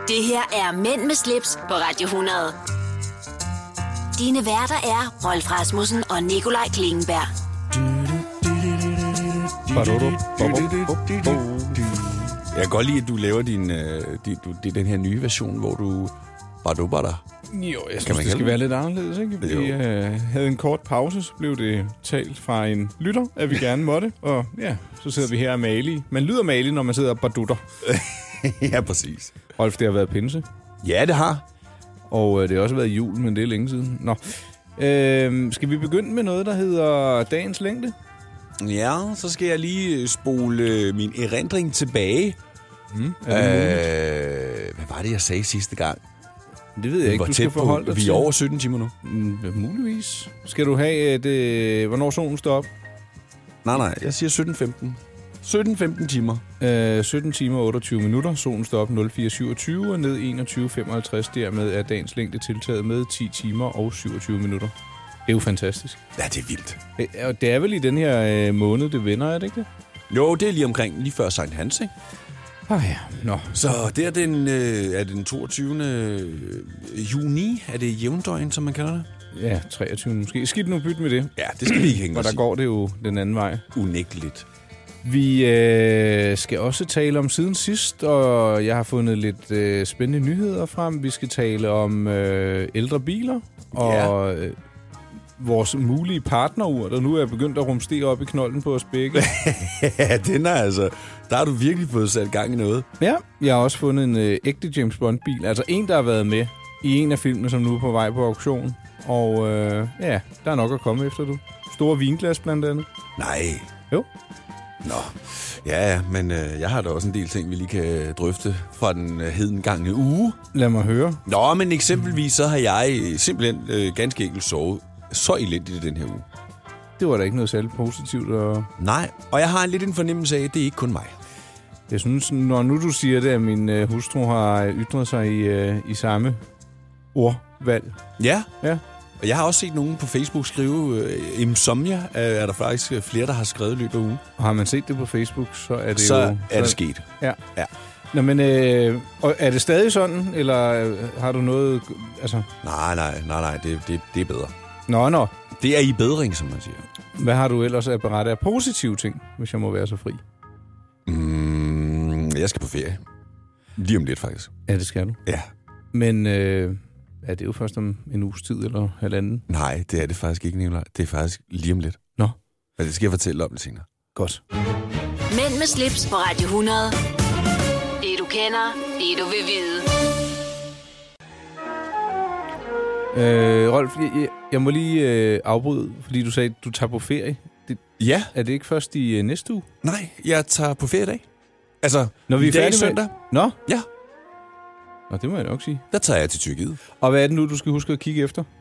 Det her er Mænd med slips på Radio 100. Dine værter er Rolf Rasmussen og Nikolaj Klingenberg. Jeg kan godt lide, at du laver den her nye version, hvor du badubatter. Jo, jeg synes, det skal være lidt anderledes, ikke? Vi havde en kort pause, så blev det talt fra en lytter, at vi gerne måtte. Og ja, så sidder vi her og malige. Man lyder malige, når man sidder og badutter. Ja, præcis. Rolf, det har været pinse. Ja, det har. Og det har også været jul, men det er længe siden. Nå. Skal vi begynde med noget, der hedder dagens længde? Ja, så skal jeg lige spole min erindring tilbage. Er det muligt? Hvad var det, jeg sagde sidste gang? Det ved jeg ikke, du skal forholde dig til. Vi er over 17 timer nu. Muligvis. Skal du have hvornår solen står op? Nej, jeg siger 17.15. 17-15 timer. 17 timer og 28 minutter. Solen står op 04.27 og ned 21.55. Dermed er dagens længde tiltaget med 10 timer og 27 minutter. Det er jo fantastisk. Ja, det er vildt. Og det er vel i den her måned, det vender, er det ikke det? Jo, det er lige før Sankt Hans, ikke? Ja. Nå. Så det er den 22. juni. Er det jævndøgn, som man kalder det? Ja, 23 måske. Skidt nu bytte med det. Ja, det skal vi ikke hænge os i. Og der går det jo den anden vej. Unægteligt. Vi skal også tale om siden sidst, og jeg har fundet lidt spændende nyheder frem. Vi skal tale om ældre biler og vores mulige partnerur, der nu er begyndt at rumstere op i knolden på os begge. Ja, der har du virkelig fået sat gang i noget. Ja, jeg har også fundet en ægte James Bond-bil. Altså en, der har været med i en af filmene, som nu er på vej på auktion. Og der er nok at komme efter, du. Store vinglas blandt andet. Nej. Jo. Nå, ja, men jeg har da også en del ting, vi lige kan drøfte fra den hedengangne uge. Lad mig høre. Nå, men eksempelvis så har jeg simpelthen ganske enkelt sovet så elendigt i den her uge. Det var da ikke noget særligt positivt. Nej, og jeg har lidt en fornemmelse af, at det er ikke kun mig. Jeg synes, når nu du siger det, at min hustru har ytret sig i samme ordvalg. Ja. Ja. Og jeg har også set nogen på Facebook skrive, insomnia er der faktisk flere, der har skrevet i løbet af ugen. Og har man set det på Facebook, så er det så er det sket. Ja. Nå, men og er det stadig sådan, eller har du noget... Altså... Nej, det er bedre. Nå. Det er i bedring, som man siger. Hvad har du ellers at berette af positive ting, hvis jeg må være så fri? Jeg skal på ferie. Lige om lidt, faktisk. Ja, det skal du. Ja. Men er det jo først om en uges tid eller halvanden? Nej, det er det faktisk ikke, Nicolaj. Det er faktisk lige om lidt. Nå. Men det skal jeg fortælle om det senere. Godt. Mænd med slips på Radio 100. Det du kender, det du vil vide. Rolf, jeg må lige afbryde, fordi du sagde, at du tager på ferie. Ja. Er det ikke først i næste uge? Nej, jeg tager på ferie i dag. Altså, når vi er færdige søndag. Nå? Ja. Nå, det må jeg nok sige. Der tager jeg til Tyrkiet. Og hvad er det nu, du skal huske at kigge efter?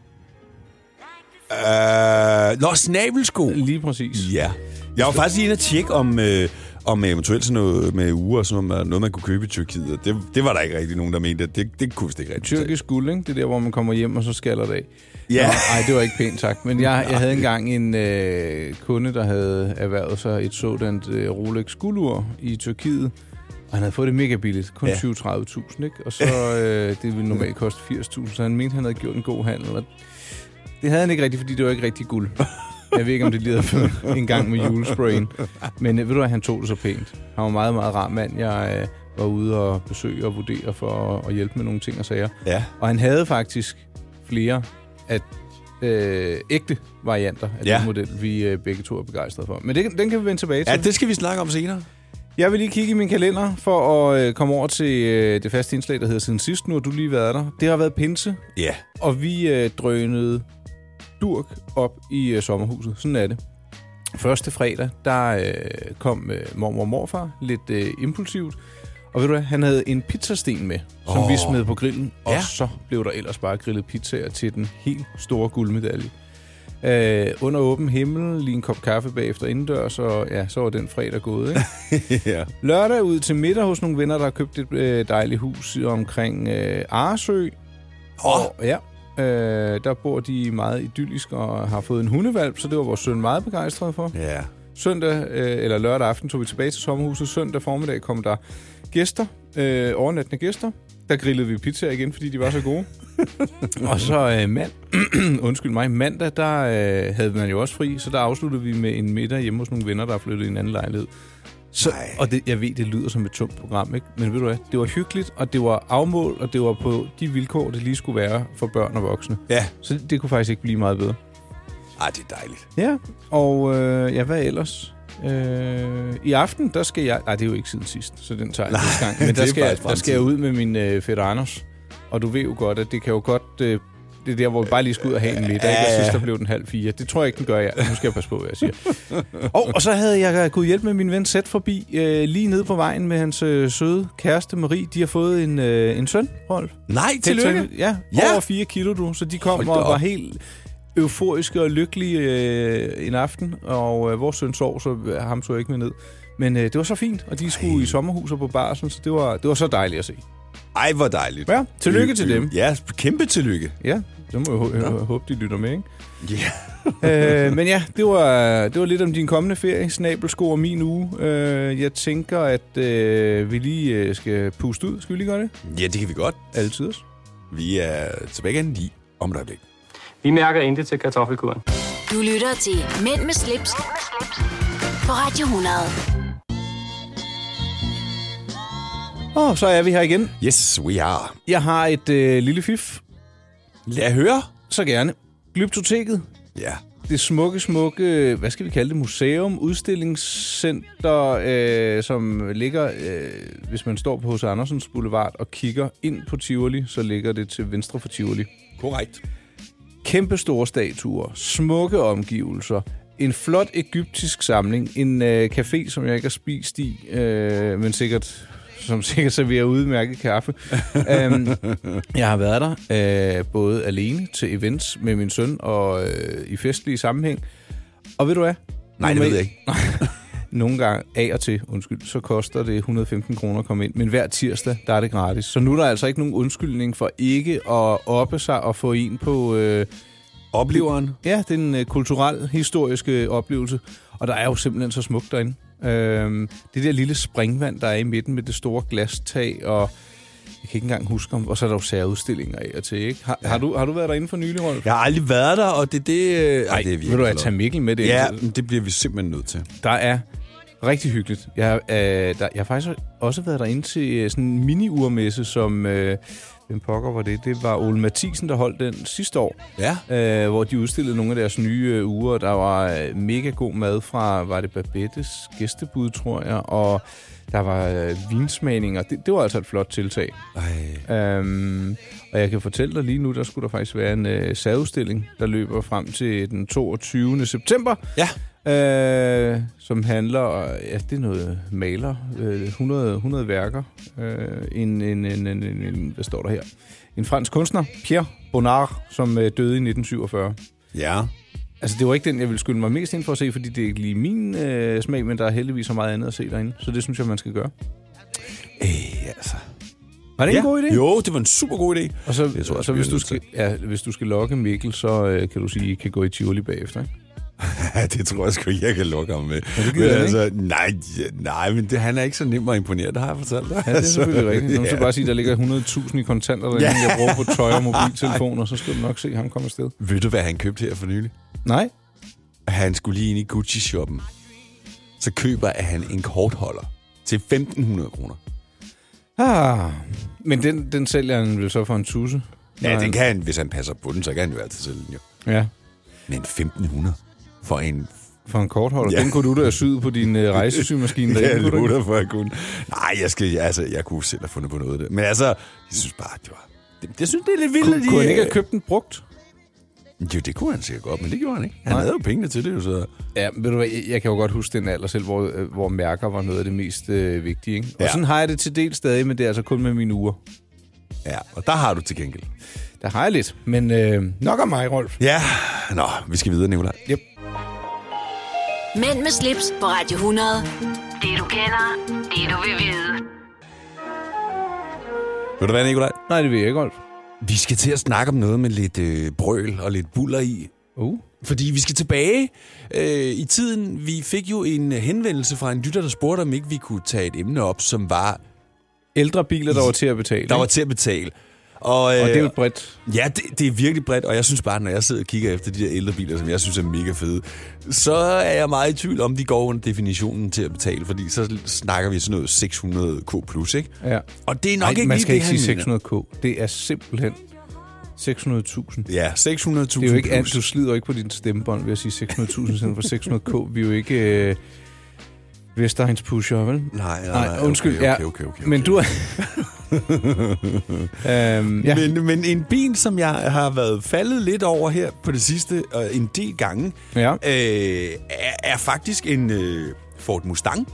Snabelsko. Lige præcis. Ja. Jeg var faktisk inde at tjekke om eventuelt sådan noget med uger, sådan noget, man kunne købe i Tyrkiet. Det var der ikke rigtig nogen, der mente. Det kunne det ikke rigtig. Tyrkisk guld, ikke? Det er der, hvor man kommer hjem, og så skaller det af. Ja. Nej, det var ikke pænt sagt. Men jeg havde engang en kunde, der havde erhvervet sig et sådan Rolex guldur i Tyrkiet. Og han havde fået det mega billigt. Kun 20-30.000, ikke? Og så det ville normalt koste 80.000. Så han mente, han havde gjort en god handel. Og det havde han ikke rigtigt, fordi det var ikke rigtig guld. Jeg ved ikke, om det lige havde en gang med julesprayen. Men ved du hvad, han tog det så pænt. Han var meget, meget rar mand. Jeg var ude og besøge og vurdere for at hjælpe med nogle ting og sager. Ja. Og han havde faktisk flere af ægte varianter af den model, vi begge to er begejstrede for. Men den kan vi vende tilbage til. Ja, det skal vi snakke om senere. Jeg vil lige kigge i min kalender for at komme over til det faste indslag, der hedder Siden Sidst. Nu har du lige været der. Det har været pinse. Ja. Og vi drønede durk op i sommerhuset. Sådan er det. Første fredag, der kom mormor og morfar lidt impulsivt. Og ved du hvad, han havde en pizzasten med, som vi smed på grillen. Og så blev der ellers bare grillet pizzaer til den helt store guldmedalje. Under åben himmel, lige en kop kaffe bagefter indendørs, og så var den fredag gået, ikke? Ja. Lørdag ud til middag hos nogle venner, der har købt et dejligt hus omkring Aresø. Og der bor de meget idyllisk og har fået en hundevalp, så det var vores søn meget begejstret for. Ja. Lørdag aften tog vi tilbage til sommerhuset. Søndag formiddag kom der gæster, overnattende gæster. der grillede vi pizza igen, fordi de var så gode. Og så mandag, der havde man jo også fri, så der afsluttede vi med en middag hjemme hos nogle venner, der er flyttet i en anden lejlighed. Så, og jeg ved, det lyder som et tungt program, ikke? Men ved du hvad, det var hyggeligt, og det var afmål, og det var på de vilkår, det lige skulle være for børn og voksne. Ja. Så det kunne faktisk ikke blive meget bedre. Ej, det er dejligt. Ja, og hvad ellers? I aften, der skal jeg... Nej, det er jo ikke siden sidst, så den tager jeg næste gang. Men der skal jeg ud med min fætter Anders. Og du ved jo godt, at det kan jo godt... det er der, hvor vi bare lige skal ud og have en middag. Jeg synes, der blev den 3:30. Det tror jeg ikke, den gør jeg. Nu skal jeg passe på, hvad jeg siger. Og så havde jeg kunnet hjælpe med min ven Sæt forbi, lige nede på vejen med hans søde kæreste Marie. De har fået en søn, Rolf. Nej, tillykke. Ja, over 4 kilo, du. Så de kom og var helt euforiske og lykkelige en aften. Og vores søn sov, så ham så jeg ikke med ned. Men det var så fint, og de skulle i sommerhus og på barsen, så det var så dejligt at se. Ej, hvor dejligt. Ja, tillykke til dem. Ja, kæmpe tillykke. Ja, det må jeg håbe, de lytter med, ikke? Ja. Men ja, det var lidt om din kommende ferie, snabelsko og min uge. Jeg tænker, at vi lige skal puste ud. Skal vi lige gøre det? Ja, det kan vi godt. Altid. Vi er tilbage igen lige om et øjeblik. Vi mærker intet til kartoffelkuren. Du lytter til Mænd med slips på Radio 100. Så er vi her igen. Yes, we are. Jeg har et lille fif. Lad høre. Så gerne. Glyptoteket. Ja. Det smukke, hvad skal vi kalde det, museum, udstillingscenter, som ligger, hvis man står på H.C. Andersens Boulevard og kigger ind på Tivoli, så ligger det til venstre for Tivoli. Korrekt. Kæmpe store statuer, smukke omgivelser, en flot egyptisk samling, en café, som jeg ikke har spist i, men som sikkert serverer udmærket kaffe. Jeg har været der både alene til events med min søn og i festlige sammenhæng. Og ved du hvad? Nej, det ved jeg ikke. Nogle gange af og til, så koster det 115 kroner at komme ind. Men hver tirsdag, der er det gratis. Så nu er der altså ikke nogen undskyldning for ikke at oppe sig og få en på... Opleveren? Ja, den kulturelle, historiske oplevelse. Og der er jo simpelthen så smukt derinde. Det der lille springvand, der er i midten med det store glastag, og jeg kan ikke engang huske om, og så er der jo særudstillinger af og til, ikke? Har du været derinde for nylig, Rolf? Jeg har aldrig været der, og det... Nej, det er virkelig. vil du tage Mikkel med det? Ja, det bliver vi simpelthen nødt til. Der er rigtig hyggeligt. Jeg har faktisk også været derinde til sådan en mini-urmesse, som... Hvem pokker var det? Det var Ole Mathisen, der holdt den sidste år. Ja. Hvor de udstillede nogle af deres nye uger. Der var mega god mad fra, var det Babettes gæstebud, tror jeg, og der var vinsmagninger. Det var altså et flot tiltag. Og jeg kan fortælle dig lige nu, der skulle der faktisk være en særudstilling, der løber frem til den 22. september. Ja. Som handler, ja, det er noget maler, 100 værker. Hvad står der her? En fransk kunstner, Pierre Bonnard, som døde i 1947. Ja. Altså, det var ikke den, jeg ville skynde mig mest ind for at se, fordi det er ikke lige min smag, men der er heldigvis så meget andet at se derinde. Så det synes jeg, man skal gøre. Altså... Var det en god idé? Jo, det var en super god idé. Og så hvis du skal lokke Mikkel, så kan du sige, at I kan gå i Tivoli bagefter, ikke? Det tror jeg sgu, jeg kan lukke ham med. Ja, det gider men altså, nej, men han er ikke så nem at imponere, det har jeg fortalt dig. Ja, det er selvfølgelig rigtigt. Nu skal bare sige, at der ligger 100.000 i kontanter, der jeg bruger på tøj og mobiltelefoner, så skal du nok se ham komme afsted. Ved du, hvad han købte her for nylig? Nej. Han skulle lige ind i Gucci-shoppen. Så køber han en kortholder til 1.500 kroner. Men den sælger han vel så for en tusse? Ja, den kan han, hvis han passer på den, så kan han jo altid sælge den jo. Ja. Men 1.500 for en kortholder? Ja. Den kunne du da syde på din rejsesymaskine derinde. Ja, jeg lutter for at kunne. Nej, jeg kunne selv have fundet på noget af det. Men altså, jeg synes bare, det var... Jeg synes, det er lidt vildt. Kunne han ikke have købt den brugt? Jo, det kunne han sikkert godt, men det gjorde han ikke. Han havde jo pengene til det, jo så... Ja, ved du hvad, jeg kan jo godt huske den alder selv, hvor mærker var noget af det mest vigtige, ikke? Og sådan har jeg det til del stadig, men det er altså kun med mine uger. Ja, og der har du til gengæld. Der har jeg lidt, men nok om mig, Rolf. Ja, vi skal videre, Nicolaj. Yep. Mænd med slips på Radio 100. Det du kender, det du vil vide. Vil du være, Nicolaj? Nej, det vil jeg ikke, Rolf. Vi skal til at snakke om noget med lidt brøl og lidt buller i. Fordi vi skal tilbage i tiden. Vi fik jo en henvendelse fra en lytter, der spurgte, om ikke vi kunne tage et emne op, som var Ældre biler, der var til at betale. Der var til at betale. Og det er jo bredt. Ja, det er virkelig bredt, og jeg synes bare, når jeg sidder og kigger efter de der ældre biler, som jeg synes er mega fede, så er jeg meget i tvivl om, de går under definitionen til at betale, fordi så snakker vi sådan noget 600k+, ikke? Ja. Og det er nok ikke man lige skal det, ikke sige 600k. Det er simpelthen 600.000. Ja, 600.000. Det er jo ikke andet, du slider ikke på din stemmebånd ved at sige 600.000 i stedet for 600k. Vi er jo ikke Vestegns pusher, vel? Nej, undskyld. Okay. Men du er... ja. Men en bil, som jeg har været faldet lidt over her på det sidste, en del gange, er faktisk en Ford Mustang.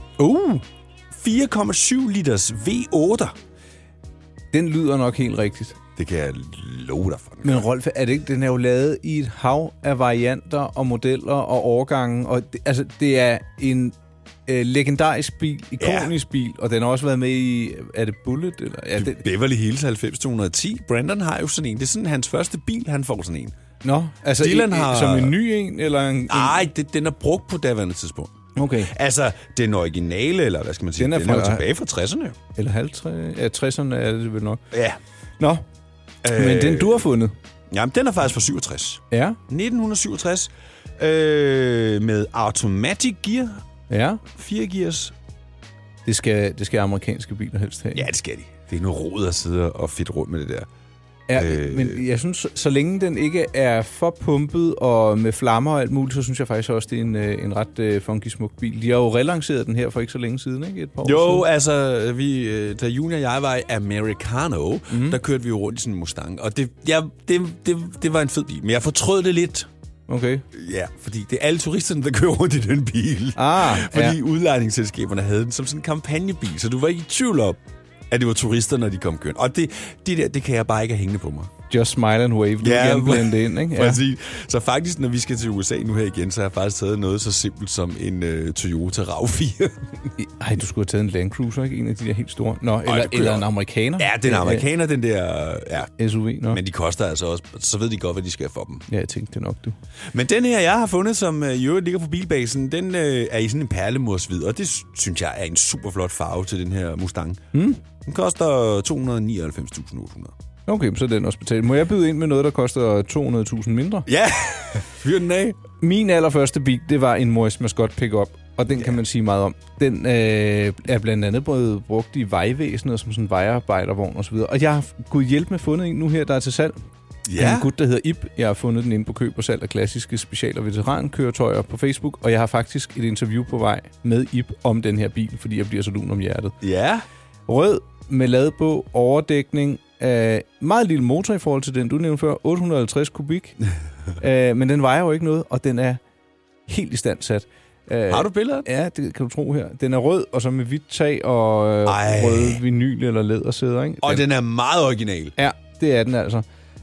4,7 liters V8'er. Den lyder nok helt rigtigt. Det kan jeg love dig for. Men Rolf, er det ikke, den er jo lavet i et hav af varianter og modeller og årgange, og det er en legendarisk bil, ikonisk bil, og den har også været med i, er det Bullet? Eller? Ja, Beverly Hills 90210. Brandon har jo sådan en. Det er sådan hans første bil, han får sådan en. Nå, altså Dylan har... som en ny en? Eller Nej, den er brugt på daværende tidspunkt. Okay. Altså, den originale, eller hvad skal man sige, den er jo tilbage fra 60'erne. Eller 60'erne er det vel nok. Ja. Nå, men den du har fundet? Jamen, den er faktisk fra 67. Ja. 1967. Med automatic gear. Ja. 4 gears. Det skal amerikanske biler helst have. Ja, det skal de. Det er noget rod at sidde og fedt rundt med det der. Ja, men jeg synes, så længe den ikke er for pumpet og med flammer og alt muligt, så synes jeg faktisk også, det er en ret funky smuk bil. De har jo relanceret den her for ikke så længe siden, ikke? Et par år siden. Altså, da Junior og jeg var i Americano, der kørte vi jo rundt i sådan en Mustang, og det var en fed bil, men jeg fortrød det lidt. Okay. Ja, fordi det er alle turisterne, der kører rundt i den bil. Fordi udlejningsselskaberne havde den som sådan en kampagnebil, så du var ikke i tvivl om, at det var turister, når de kom kørende. Og det kan jeg bare ikke have hængende på mig. Just smile and wave. Du kan blende ind, ikke? Ja. Så faktisk, når vi skal til USA nu her igen, så har jeg faktisk taget noget så simpelt som en Toyota RAV4. Ej, du skulle have taget en Land Cruiser, ikke? En af de der helt store. Nå, eller en amerikaner. Ja, den amerikaner, den der... Ja. SUV, nå. Men de koster altså også... Så ved de godt, hvad de skal for dem. Ja, jeg tænkte det nok, du. Men den her, jeg har fundet, som jo ligger på bilbasen, den er i sådan en perlemorshvid, og det synes jeg er en super flot farve til den her Mustang. Den koster 299.800. Okay, så er den også betalt. Må jeg byde ind med noget, der koster 200.000 mindre? Ja, fyr den af. Min allerførste bil, det var en Morris Mascot pickup, og den kan man sige meget om. Den er blandt andet både brugt i vejvæsenet som sådan en vejarbejdervogn og så videre. Og jeg har gået hjælp med fundet en nu her, der er til salg. Ja. En gut, der hedder Ib. Jeg har fundet den inde på køb og salg af klassiske special- og veterankøretøjer på Facebook, og jeg har faktisk et interview på vej med Ib om den her bil, fordi jeg bliver så lun om hjertet. Ja. Rød med ladebog, overdækning, meget lille motor i forhold til den, du nævnte før, 850 kubik, men den vejer jo ikke noget, og den er helt i stand sat. Har du billeder? Ja, det kan du tro her. Den er rød, og så med hvidt tag og rød vinyl eller lædersæder, ikke? Og den er meget original. Ja, det er den altså.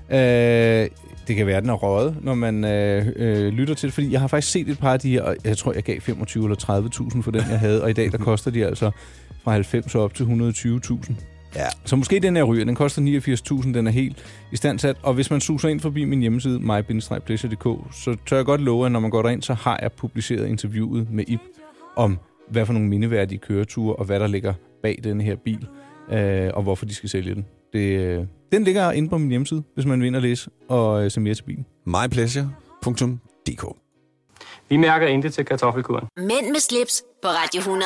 Det kan være, den er røget, når man lytter til det, fordi jeg har faktisk set et par af de her, og jeg tror, jeg gav 25 eller 30.000 for den, jeg havde, og i dag, der koster de altså fra 90 op til 120.000. Ja. Så måske den her ryger, den koster 89.000, den er helt i standsat, og hvis man suser ind forbi min hjemmeside, my-pleasure.dk, så tør jeg godt love, at når man går derind, så har jeg publiceret interviewet med Ib om, hvad for nogle mindeværdige køreture, og hvad der ligger bag denne her bil, og hvorfor de skal sælge den. Den ligger inde på min hjemmeside, hvis man vil ind og læse og se mere til bilen. mypleasure.dk. Vi mærker intet til kartoffelkuren. Mænd med slips på Radio 100.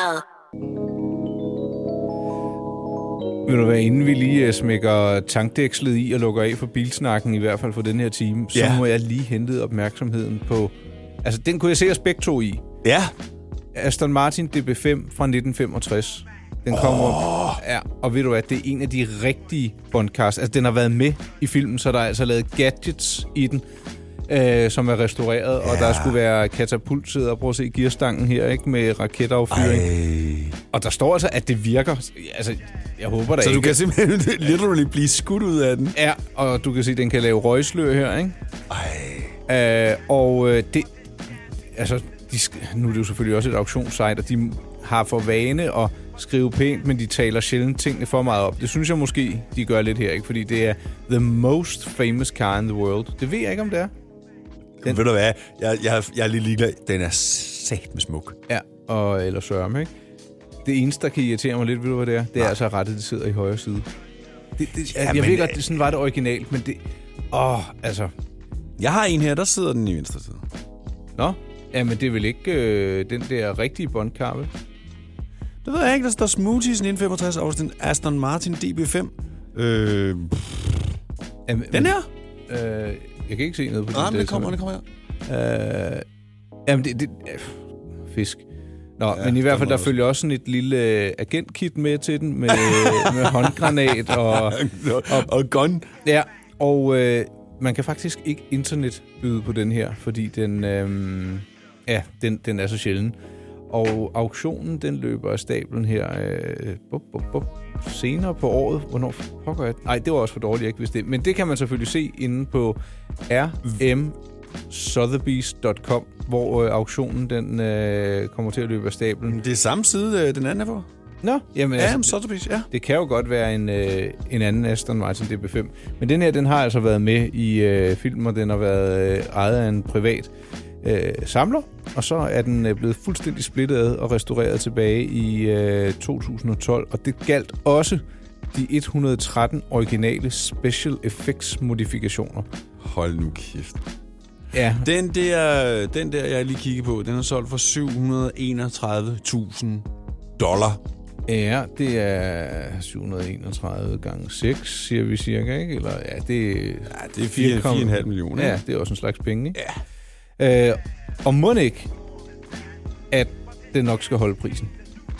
Vil du være, inden vi lige smækker tankdækslet i og lukker af for bilsnakken, i hvert fald for den her time, så må jeg lige hente opmærksomheden på... Altså, den kunne jeg se os begge to i. Ja. Aston Martin DB5 fra 1965. Den kommer... Ja, og ved du hvad, det er en af de rigtige Bondcars. Altså, den har været med i filmen, så der er altså lavet gadgets i den, som er restaureret, og der skulle være katapultsæder. Prøv at se gearstangen her, ikke? Med raketaffyring. Og der står altså, at det virker. Altså, jeg håber da så ikke... Så du kan simpelthen literally blive skudt ud af den? Ja, og du kan se, at den kan lave røgslør her, ikke? Det... Altså, nu er det jo selvfølgelig også et auktionssite, og de har for vane at skrive pænt, men de taler sjældent tingene for meget op. Det synes jeg måske, de gør lidt her, ikke? Fordi det er the most famous car in the world. Det ved jeg ikke, om det er. Ved du hvad? Jeg er lige ligeglad. Den er satme smuk. Ja, eller sørme, ikke? Det eneste, der kan irritere mig lidt, ved du hvad det er? Det er altså, at rettet sidder i højre side. Jeg ved godt, sådan var det originalt, men det... altså... Jeg har en her, der sidder den i venstre side. Nå? Jamen, det er vel ikke den der rigtige båndkabel? Det ved jeg ikke. Der står Smoothies 1965 og den Aston Martin DB5. Den her? Jeg kan ikke se noget på den. Det kommer her. Jamen, det fisk. Nå, ja, men i hvert fald, der følger også sådan et lille agentkit med til den, med håndgranat og gun. Ja, og man kan faktisk ikke internetbyde på den her, fordi den er så sjælden. Og auktionen, den løber af stablen her senere på året. Hvornår pågår jeg? Nej, det var også for dårligt, jeg ikke vidste det. Men det kan man selvfølgelig se inde på rmsotheby's.com, hvor auktionen den kommer til at løbe af stablen. Det er samme side, den anden er på? Nå, jamen Sotheby's, ja. Det kan jo godt være en anden Aston Martin DB5. Men den her, den har altså været med i filmen, og den har været ejet af en privat samler, og så er den blevet fuldstændig splittet og restaureret tilbage i 2012, og det galt også de 113 originale special effects modifikationer. Hold nu kæft. Ja. Den der, jeg lige kigger på, den er solgt for $731,000. Ja, det er 731 gange 6, siger vi cirka, ikke? Eller, det er 4,5 millioner. Ja, det er også en slags penge, ikke? Ja. Og må ikke, at det nok skal holde prisen.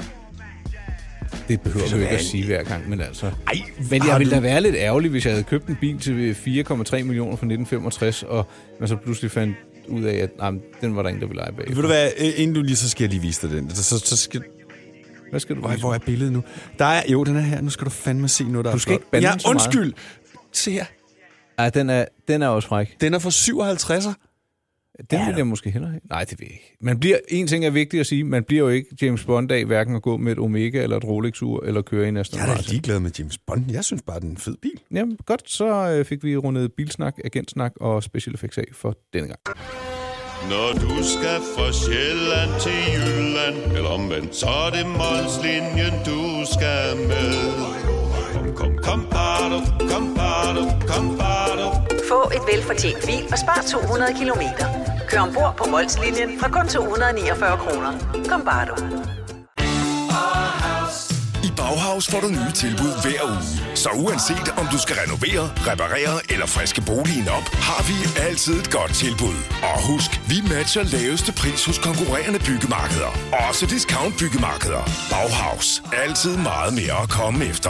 Det behøver du ikke at sige hver gang, men altså... Men jeg ville da være lidt ærgerlig, hvis jeg havde købt en bil til 4,3 millioner fra 1965, og man så pludselig fandt ud af, at den var der ingen, der ville eje bag. Ved du hvad, inden du lige, så skal jeg lige vise dig den. Så skal... Hvad skal du vise? Hvor er billedet nu? Der er, jo, den er her. Nu skal du fandme se noget, der du skal ikke bande den så meget. Undskyld. Se her. Ej, den er også fræk. Den er for 57'er. Den vil jeg måske hellere have. Nej, det ved jeg ikke. En ting er vigtigt at sige, man bliver jo ikke James Bond af hverken at gå med et Omega eller et Rolex-ur eller køre i en Aston Martin. Jeg er da ligeglad med James Bond. Jeg synes bare, det er en fed bil. Jamen godt, så fik vi rundet bilsnak, agentsnak og special effects af for denne gang. Når du skal fra Sjælland til Jylland, eller omvendt, så er det Molslinjen, du skal med. Kom, bado. Få et velfortjent bil og spar 200 kilometer. Kør ombord på Molslinjen fra kun 249 kroner. Kom bare du. I Bauhaus får du nye tilbud hver uge. Så uanset om du skal renovere, reparere eller friske boligen op, har vi altid et godt tilbud. Og husk, vi matcher laveste pris hos konkurrerende byggemarkeder. Også discount byggemarkeder. Bauhaus. Altid meget mere at komme efter.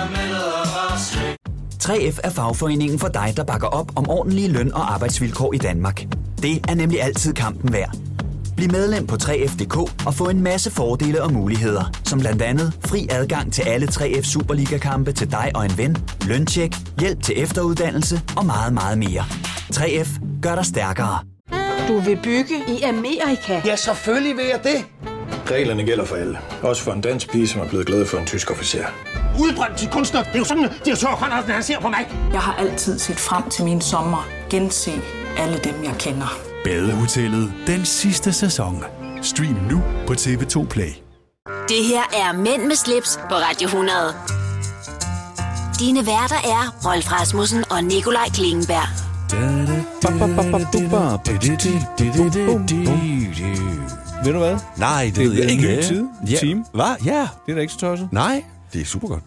3F er fagforeningen for dig, der bakker op om ordentlige løn- og arbejdsvilkår i Danmark. Det er nemlig altid kampen værd. Bliv medlem på 3F.dk og få en masse fordele og muligheder, som blandt andet fri adgang til alle 3F Superliga-kampe til dig og en ven, løntjek, hjælp til efteruddannelse og meget, meget mere. 3F gør dig stærkere. Du vil bygge i Amerika? Ja, selvfølgelig vil jeg det. Reglerne gælder for alle. Også for en dansk pige, som er blevet glad for en tysk officer. Udbrændt til kunstner. Det er jo sådan, at direktør Conradsen, han ser på mig. Jeg har altid set frem til min sommer. Gense alle dem, jeg kender. Badehotellet den sidste sæson. Stream nu på TV2 Play. Det her er Mænd med slips på Radio 100. Dine værter er Rolf Rasmussen og Nikolaj Klingenberg. Ved du hvad? Nej, det ved jeg ikke. Det er en ny time. Hvad? Ja. Det er da ikke så tosset. Nej, det er super godt.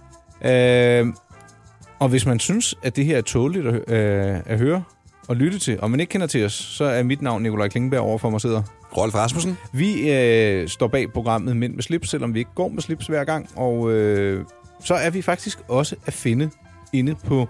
Og hvis man synes, at det her er tåligt at høre og lytte til, og man ikke kender til os, så er mit navn Nikolaj Klingenberg, overfor mig sidder Rolf Rasmussen. Vi står bag programmet Mænd med slips, selvom vi ikke går med slips hver gang. Og så er vi faktisk også at finde inde på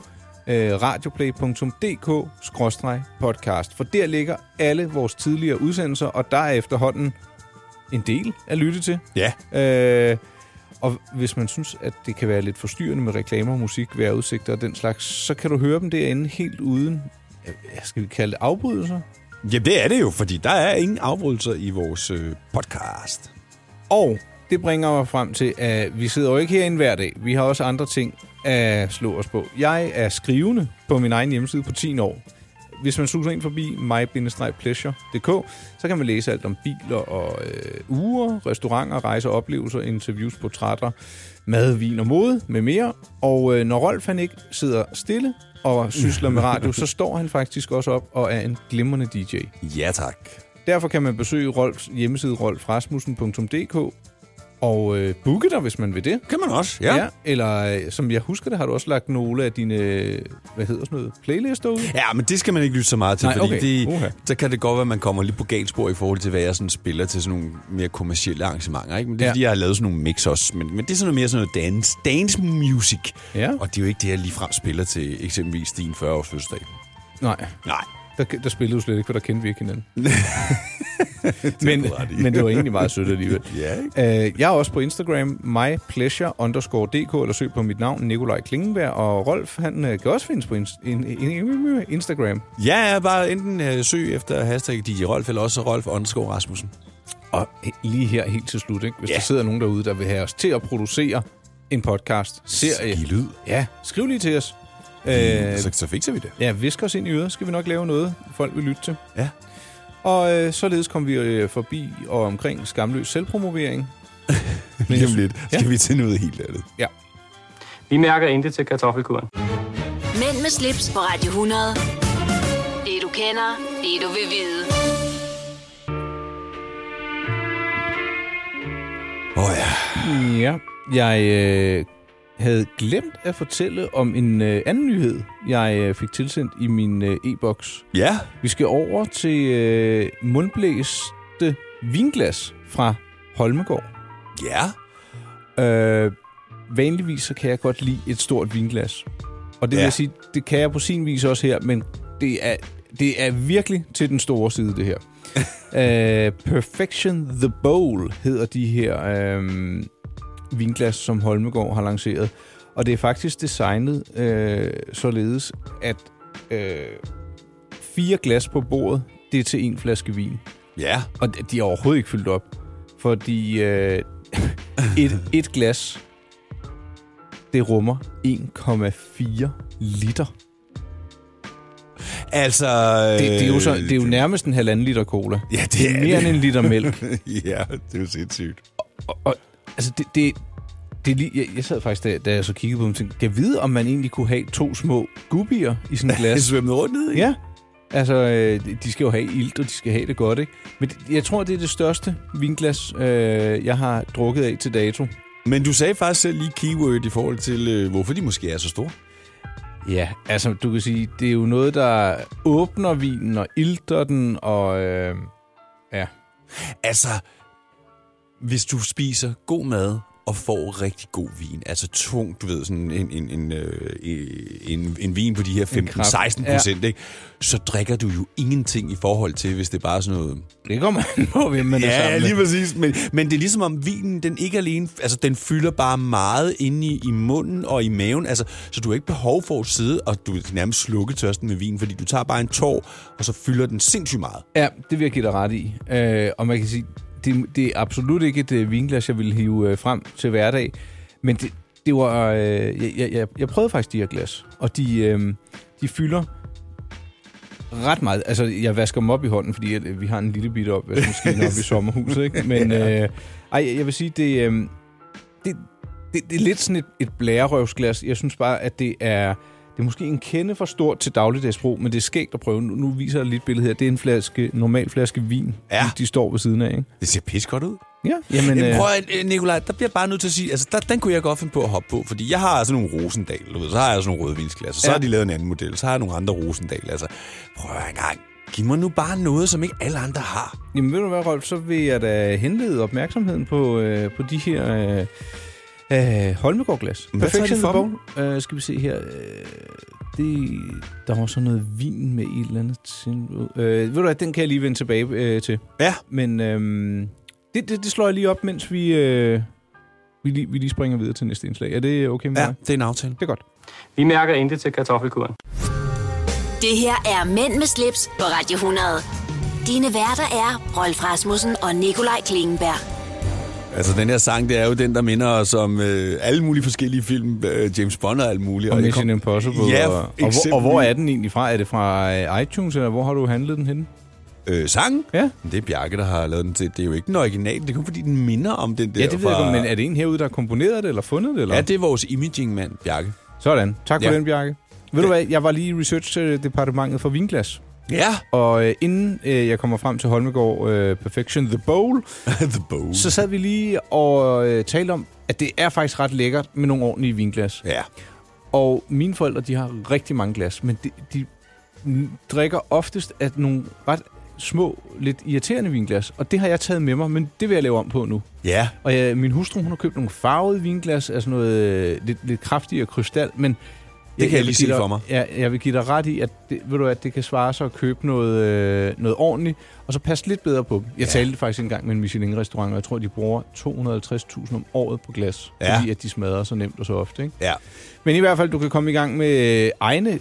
radioplay.dk/podcast. For der ligger alle vores tidligere udsendelser, og der er efterhånden en del at lytte til. Ja. Og hvis man synes, at det kan være lidt forstyrrende med reklamer, musik, vejrudsigter og den slags, så kan du høre dem derinde helt uden, skal vi kalde det afbrydelser? Jamen det er det jo, fordi der er ingen afbrydelser i vores podcast. Og det bringer mig frem til, at vi sidder jo ikke herinde hver dag. Vi har også andre ting at slå os på. Jeg er skrivende på min egen hjemmeside på 10 år. hvis man suser ind forbi my-pleasure.dk, så kan man læse alt om biler og uger, restauranter, rejser, oplevelser, interviews, portrætter, mad, vin og mode med mere. Og når Rolf han ikke sidder stille og sysler med radio, så står han faktisk også op og er en glimrende DJ. Ja, tak. Derfor kan man besøge Rolfs hjemmeside rolfrasmussen.dk og booke dig, hvis man vil det. Kan man også, ja. Eller, som jeg husker det, har du også lagt nogle af dine, hvad hedder sådan noget, playlister ud? Ja, men det skal man ikke lytte så meget til, nej, fordi okay. så kan det godt være, at man kommer lidt på galt spor i forhold til, hvad jeg sådan spiller til sådan nogle mere kommercielle arrangementer. Ikke? Men det er, fordi jeg har lavet sådan nogle mix også. Men det er sådan noget mere sådan noget dance music. Ja. Og det er jo ikke det, jeg ligefrem spiller til eksempelvis din 40-års fødselsdag. Nej. Der spillede du slet ikke, for der kendte vi ikke hinanden. men det var egentlig meget sødt alligevel. Ja, jeg er også på Instagram, mypleasure_dk, eller søg på mit navn, Nikolaj Klingenberg. Og Rolf, han kan også findes på Instagram. Ja, jeg er bare enten søg efter hashtag DJ Rolf, eller også Rolf_Rasmussen. Og lige her helt til slut, ikke? Hvis der sidder nogen derude, der vil have os til at producere en podcast-serie. Giv lyd. Ja, skriv lige til os. Så fikser vi det. Ja, visk os ind i øret, skal vi nok lave noget, folk vil lytte til. Ja. Og således kom vi forbi og omkring skamløs selvpromovering. Lige om lidt skal vi til noget helt andet. Ja. Vi mærker intet til kartoffelkuren. Mænd med slips på Radio 100. Det du kender, det du vil vide. Ja. Ja, jeg havde glemt at fortælle om en anden nyhed, jeg fik tilsendt i min e-boks. Ja. Vi skal over til mundblæste vinglas fra Holmegaard. Ja. Vanligvis så kan jeg godt lide et stort vinglas. Og det vil jeg sige, det kan jeg på sin vis også her, men det er virkelig til den store side, det her. Perfection the Bowl hedder de her vinglas, som Holmegaard har lanceret. Og det er faktisk designet således, at 4 glas på bordet, det er til 1 flaske vin. Ja. Og de er overhovedet ikke fyldt op. Fordi et glas, det rummer 1,4 liter. Altså... Det er jo nærmest en 1,5 liter cola. Ja, det er mere end 1 liter mælk. Ja, det er jo sindssygt. Og altså, jeg sad faktisk, da jeg så kiggede på dem, og tænkte, kan jeg vide, om man egentlig kunne have 2 små guppier i sådan et glas? Svømmet rundt ned, ikke? Ja. Altså, de skal jo have ilt, og de skal have det godt, ikke? Men jeg tror, det er det største vinglas, jeg har drukket af til dato. Men du sagde faktisk selv lige keyword i forhold til, hvorfor de måske er så store. Ja, altså, du kan sige, det er jo noget, der åbner vinen og ilter den, og ja. Altså, hvis du spiser god mad og får rigtig god vin, altså tung, du ved, sådan en vin på de her 15-16%, ikke? Så drikker du jo ingenting i forhold til, hvis det er bare sådan noget... Det kommer man på, hvem man er sammen med. Ja, lige præcis. Men det er ligesom om vinen, den ikke alene... Altså, den fylder bare meget inde i munden og i maven. Altså, så du har ikke behov for at sidde, og du nærmest slukke tørsten med vin, fordi du tager bare en tår, og så fylder den sindssygt meget. Ja, det vil jeg give dig ret i. Og man kan sige... Det er absolut ikke et vinglas, jeg vil hive frem til hverdag. Men det var... Jeg prøvede faktisk de her glas, og de fylder ret meget. Altså, jeg vasker dem op i hånden, fordi vi har en lille bitte opvaskemaskine oppe i sommerhuset, ikke? Men jeg vil sige, det er lidt sådan et blærerøvsglas. Jeg synes bare, at det er måske en kende for stort til dagligdagsbrug, men det er skægt at prøve. Nu viser jeg lige et billede her. Det er en normal flaske vin, de står ved siden af, ikke? Det ser pis godt ud. Ja. Jamen prøv at, Nikolaj, der bliver bare nødt til at sige, altså den kunne jeg godt finde på at hoppe på, fordi jeg har sådan nogle Rosendal, så har jeg sådan nogle rødvinsglas, så har de lavet en anden model, så har jeg nogle andre Rosendal, altså prøv en gang. Giv mig nu bare noget, som ikke alle andre har. Jamen ved du hvad, Rolf, så vil jeg da henlede opmærksomheden på de her Holmegaard-glas. Hvad tager de for dem? Skal vi se her. Der var sådan noget vin med et eller andet ved du hvad, den kan jeg lige vende tilbage til. Ja. Men det slår jeg lige op, mens vi lige springer videre til næste indslag. Er det okay med mig? Ja, det er en aftale. Det er godt. Vi mærker intet til kartoffelkuren. Det her er Mænd med slips på Radio 100. Dine værter er Rolf Rasmussen og Nikolaj Klingenberg. Altså, den her sang, det er jo den, der minder os om alle mulige forskellige film. James Bond og alt muligt. Og Mission Impossible. Ja, og hvor er den egentlig fra? Er det fra iTunes, eller hvor har du handlet den henne? Sangen? Ja. Det er Bjarke, der har lavet den til. Det er jo ikke den originale. Det er kun fordi, den minder om den der. Ja, det ved jeg godt, men er det en herude, der har komponeret det, eller fundet det? Eller? Ja, det er vores imaging-mand, Bjarke. Sådan. Tak for den, Bjarke. Ved du hvad, jeg var lige i research-departementet for vinglas. Ja. Og inden jeg kommer frem til Holmegaard Perfection The Bowl, så sad vi lige og talte om, at det er faktisk ret lækkert med nogle ordentlige vinglas. Ja. Og mine forældre, de har rigtig mange glas, men de drikker oftest af nogle ret små, lidt irriterende vinglas. Og det har jeg taget med mig, men det vil jeg lave om på nu. Ja. Og min hustru, hun har købt nogle farvede vinglas, altså noget lidt kraftigere krystal, men det kan jeg lige sige for mig. Ja, jeg vil give dig ret i, at det kan svare sig at købe noget ordentligt, og så passe lidt bedre på dem. Jeg talte faktisk engang med en Michelin-restaurant, og jeg tror, de bruger 250.000 om året på glas, fordi at de smadrer så nemt og så ofte. Ikke? Ja. Men i hvert fald, du kan komme i gang med egne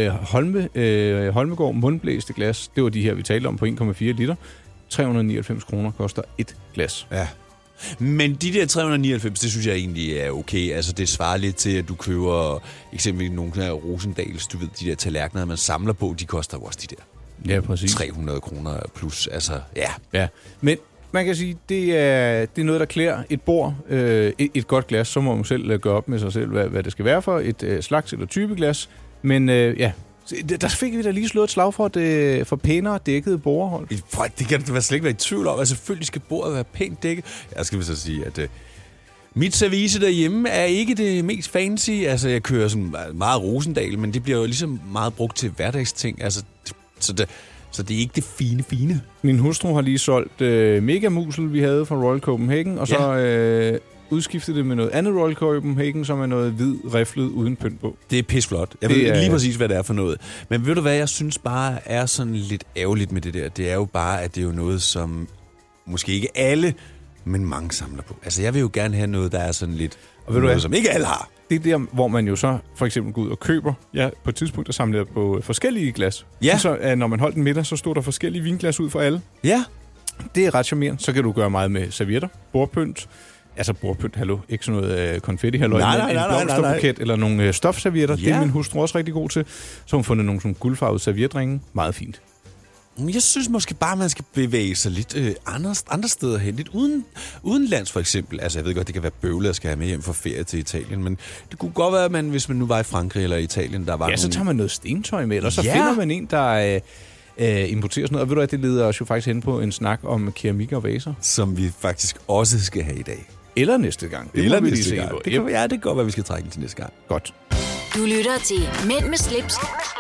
Holmegaard mundblæste glas. Det var de her, vi talte om, på 1,4 liter. 399 kroner koster et glas. Ja. Men de der 399, det synes jeg egentlig er okay. Altså, det svarer lidt til, at du køber eksempelvis nogle af Rosendals, du ved, de der tallerkener, man samler på, de koster jo også de der. Ja, præcis. 300 kroner plus, altså, ja. Ja, men man kan sige, det er noget, der klæder et bord, et godt glas, så må man selv gøre op med sig selv, hvad det skal være for, et slags eller type glas. Men ja, der fik vi da lige slået et slag for pænere dækkede bordhold. Det kan du slet ikke være i tvivl om. Altså, selvfølgelig skal bordet være pænt dækket. Jeg skal så sige, at mit service derhjemme er ikke det mest fancy. Altså, jeg kører sådan meget Rosendal, men det bliver jo ligesom meget brugt til hverdagsting. Altså, så det er ikke det fine. Min hustru har lige solgt Megamusel, vi havde fra Royal Copenhagen, og så udskiftet det med noget andet Royal Copenhagen, som er noget hvid riflet uden pynt på. Det er pisflot. Jeg ved lige præcis, hvad det er for noget. Men ved du hvad, jeg synes bare er sådan lidt ærgerligt med det der? Det er jo bare, at det er jo noget, som måske ikke alle, men mange samler på. Altså, jeg vil jo gerne have noget, der er sådan lidt noget, som ikke alle har. Det er der, hvor man jo så for eksempel går ud og køber. Ja, på et tidspunkt, der samler jeg på forskellige glas. Ja. Så når man holdt en middag, så stod der forskellige vinglas ud for alle. Ja. Det er ret charmerende. Så kan du gøre meget med servietter, bordpynt. Altså bordpynt, ikke sådan noget konfetti, en blomsterbuket eller nogle stofservietter. Ja. Det er min hustru også rigtig god til. Så har hun fundet nogle sådan guldfarvede servietringe. Meget fint. Jeg synes måske bare, man skal bevæge sig lidt andre steder hen. Lidt udenlands for eksempel. Altså, jeg ved godt, det kan være bøvlet at skal have med hjem for ferie til Italien, men det kunne godt være, at man, hvis man nu var i Frankrig eller Italien, der var så tager man noget stentøj med, eller så finder man en, der importerer sådan noget. Og ved du hvad, det leder os jo faktisk hen på en snak om keramik og vaser. Som vi faktisk også skal have i dag. Eller næste gang. Det kan godt være, vi skal trække den til næste gang. Godt. Du lytter til Mænd med slips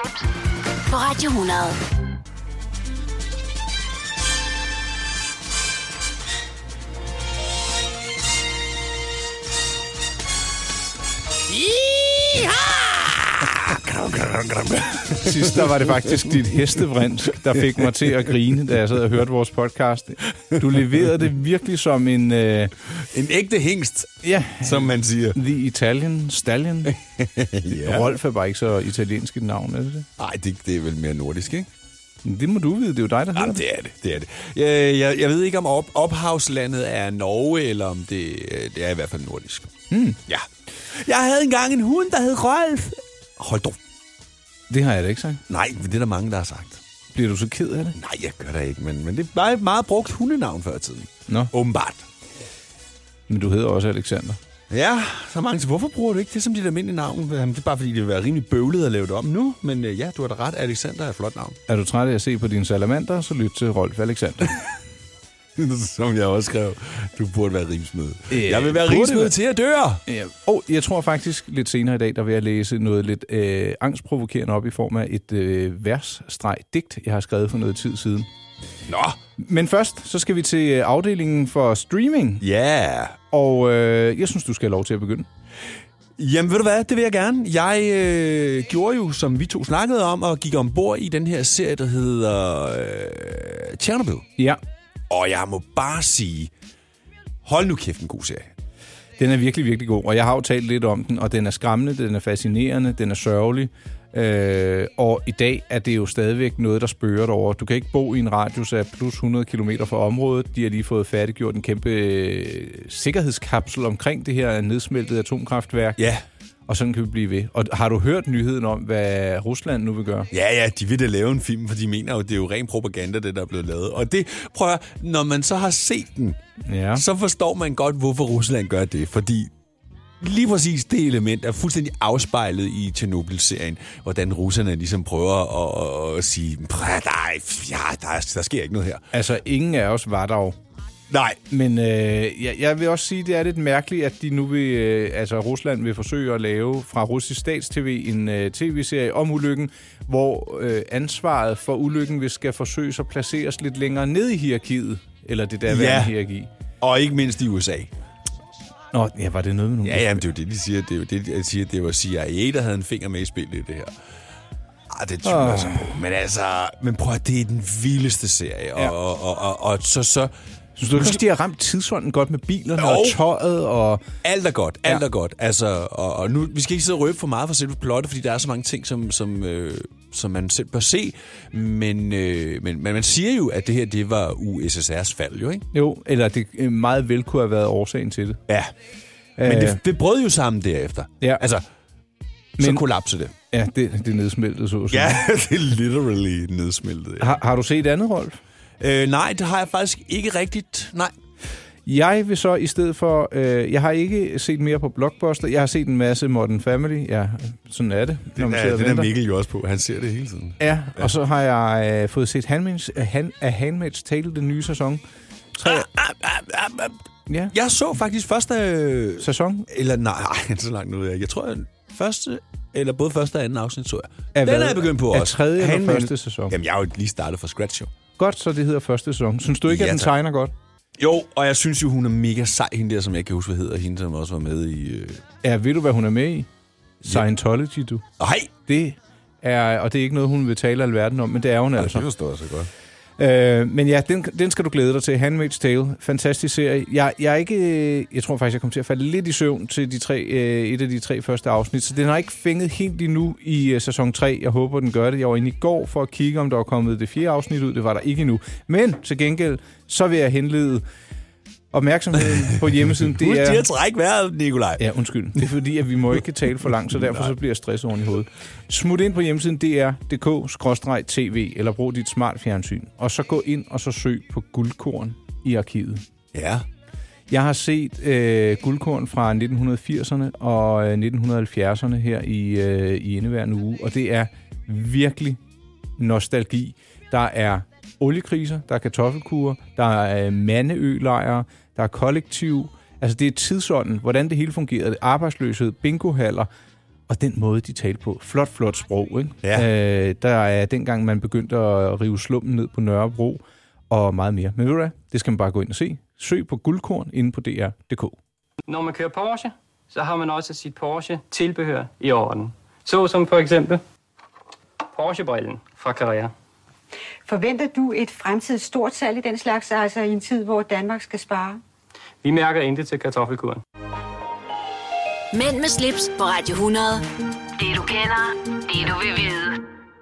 på Radio 100. Sidst der var det faktisk dit hestevrinsk, der fik mig til at grine, da jeg sad og hørte vores podcast. Du leverede det virkelig som en ægte hingst, som man siger. The Italian Stallion. Ja. Rolf er bare ikke så italiensk et navn, er det det? Nej, det er vel mere nordisk, ikke? Det må du vide, det er jo dig, der hedder det er det. Jeg ved ikke, om ophavslandet er Norge, eller om det er i hvert fald nordisk. Ja. Jeg havde engang en hund, der hed Rolf. Hold dog. Det har jeg da ikke sagt. Nej, men det er der mange, der har sagt. Bliver du så ked af det? Nej, jeg gør det ikke, men det er et meget brugt hundenavn før i tiden. Nå. Åbenbart. Men du hedder også Alexander. Ja, så mange til. Hvorfor bruger du ikke det som dit almindelige navn? Det er bare fordi, det vil være rimelig bøvlet at lave det om nu. Men ja, du har da ret. Alexander er et flot navn. Er du træt af at se på dine salamander, så lyt til Rolf Alexander. Som jeg også skrev, du burde være rimsmed. Jeg vil være rimsmed til at døre. Ja. Og jeg tror faktisk lidt senere i dag, der vil jeg læse noget lidt angstprovokerende op i form af et vers-digt, jeg har skrevet for noget tid siden. Nå! Men først, så skal vi til afdelingen for streaming. Ja! Yeah. Og jeg synes, du skal have lov til at begynde. Jamen, ved du hvad? Det vil jeg gerne. Jeg gjorde jo, som vi to snakkede om, og gik ombord i den her serie, der hedder Chernobyl. Ja. Og jeg må bare sige, hold nu kæft, en god serie. Den er virkelig, virkelig god, og jeg har jo talt lidt om den, og den er skræmmende, den er fascinerende, den er sørgelig. Og i dag er det jo stadigvæk noget, der spørger derovre. Du kan ikke bo i en radius af plus 100 km fra området. De har lige fået færdiggjort en kæmpe sikkerhedskapsel omkring det her nedsmeltede atomkraftværk. Ja. Og sådan kan vi blive ved. Og har du hørt nyheden om, hvad Rusland nu vil gøre? Ja, de vil da lave en film, for de mener jo, det er jo ren propaganda, det der er blevet lavet. Og det, prøv at, når man så har set den, så forstår man godt, hvorfor Rusland gør det. Fordi lige præcis det element er fuldstændig afspejlet i Tjernobyl-serien, hvordan russerne ligesom prøver at sige, der sker ikke noget her. Altså, ingen af os var der jo. Nej. Men jeg vil også sige, at det er lidt mærkeligt, at de nu vil, Rusland vil forsøge at lave fra russisk stats-tv en tv-serie om ulykken, hvor ansvaret for ulykken skal forsøges at placeres lidt længere ned i hierarkiet, eller det der hierarki. Og ikke mindst i USA. Nå, ja, var det noget med nogen? Ja, men det er jo det, de siger. Det er jo det, de siger, det var CIA, der havde en finger med i spillet i det her. Det tvivler jeg så på. Men prøv at det er den vildeste serie. Ja. Og så synes du ikke, de har ramt tidsånden godt med bilerne og tøjet og... Alt er godt, alt er godt. Altså, og nu, vi skal ikke sidde og røbe for meget for selve plottet, fordi der er så mange ting, som man selv bør se. Men man siger jo, at det her, det var USSR's fald, jo, ikke? Jo, eller det meget vel kunne have været årsagen til det. Ja, men det brød jo sammen derefter. Ja. Altså, så kollapsede det. Ja, det nedsmeltede så. Ja, det er literally nedsmeltet. Ja. Har du set andet, Rolf? Nej, det har jeg faktisk ikke rigtigt. Nej. Jeg vil så i stedet for... jeg har ikke set mere på Blockbuster. Jeg har set en masse Modern Family. Ja, sådan er det. Den er Mikkel jo også på. Han ser det hele tiden. Ja, og så har jeg fået set Handmaid's Tale, den nye sæson. Ja. Jeg så faktisk første... sæson? Eller nej, så langt ud. Jeg tror, både første og anden afsnit så jeg. Den er jeg begyndt på også. Er tredje eller første sæson? Jamen, jeg har jo lige startet fra scratch, jo. Godt, så det hedder første sæson. Synes du ikke, at den tegner godt? Jo, og jeg synes jo, hun er mega sej, hende der, som jeg kan huske, hvad hedder, hende, som også var med i... Ja, ved du, hvad hun er med i? Scientology, du. Nej! Det er, og det er ikke noget, hun vil tale alverden om, men det er hun altså. Det forstår jeg så godt. Men ja, den skal du glæde dig til. Handmaid's Tale. Fantastisk serie. Jeg tror faktisk, jeg kommer til at falde lidt i søvn til et af de 3 første afsnit, så den har ikke fænget helt endnu i sæson 3. Jeg håber, den gør det. Jeg var inde i går for at kigge, om der var kommet det 4. afsnit ud. Det var der ikke endnu. Men til gengæld, så vil jeg henlede opmærksomheden på hjemmesiden. Det er... Husk at trække vejret, Nikolaj. Ja, undskyld. Det er fordi, at vi må ikke tale for langt, så derfor så bliver jeg stresset oven i hovedet. Smut ind på hjemmesiden dr.dk/tv, eller brug dit smart fjernsyn. Og så gå ind og så søg på Guldkorn i arkivet. Ja. Jeg har set Guldkorn fra 1980'erne og 1970'erne her i indeværende uge, og det er virkelig nostalgi. Der er oliekriser, der er kartoffelkurer, der er mandeølejre, der er kollektiv. Altså det er tidsånden, hvordan det hele fungerede. Arbejdsløshed, bingohaller, og den måde, de talte på. Flot sprog, ikke? Ja. Der er dengang, man begyndte at rive slummen ned på Nørrebro, og meget mere. Men ved du hvad? Det skal man bare gå ind og se. Søg på Guldkorn inde på dr.dk. Når man kører Porsche, så har man også sit Porsche-tilbehør i orden. Så som for eksempel Porsche-brillen fra Carrera. Forventer du et fremtidigt stort salg i den slags, altså i en tid, hvor Danmark skal spare? Vi mærker intet til kartoffelkuren. Mænd med slips på Radio 100. Det du kender, det du vil vide.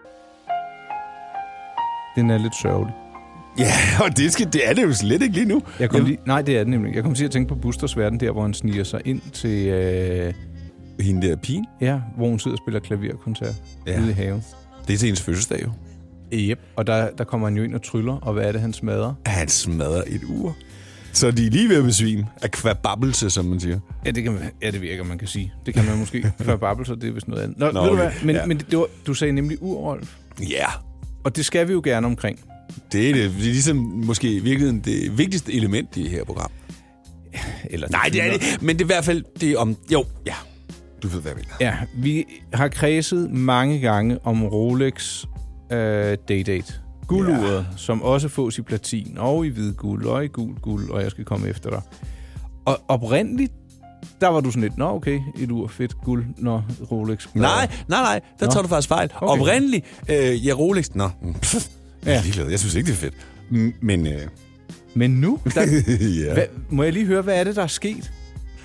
Den er lidt sørgelig. Ja, og det er det jo slet ikke lige nu. Nej, det er det nemlig. Jeg kom til at tænke på Busters verden, der hvor han sniger sig ind til... hende der pigen? Ja, hvor hun sidder og spiller klaverkoncert ude i haven. Det er til hendes fødselsdag jo. Yep. Og der kommer han jo ind og tryller, og hvad er det, han smadrer? Han smadrer et ur. Så de er lige ved at besvime af kvababbelse, som man siger. Ja, det virker, man kan sige. Det kan man måske. Kvababbelse, det er vist noget andet. Nå, ved du hvad? Men du sagde nemlig ur, Rolf. Ja. Og det skal vi jo gerne omkring. Det er ligesom måske i virkeligheden det vigtigste element i det her program. Eller nej, det er det. Men det er i hvert fald det om... Jo, ja. Du ved, hvad jeg mener. Ja, vi har kredset mange gange om Rolex Day-Date. Gulduret, som også fås i platin, og i hvid guld, og i guld, og jeg skal komme efter dig. Og oprindeligt, der var du sådan lidt, okay, et ur, fedt, guld, Rolex. Nej, der tager du faktisk fejl. Okay. Oprindeligt, Rolex, jeg synes ikke, det er fedt. Men nu? Ja. Må jeg lige høre, hvad er det, der er sket?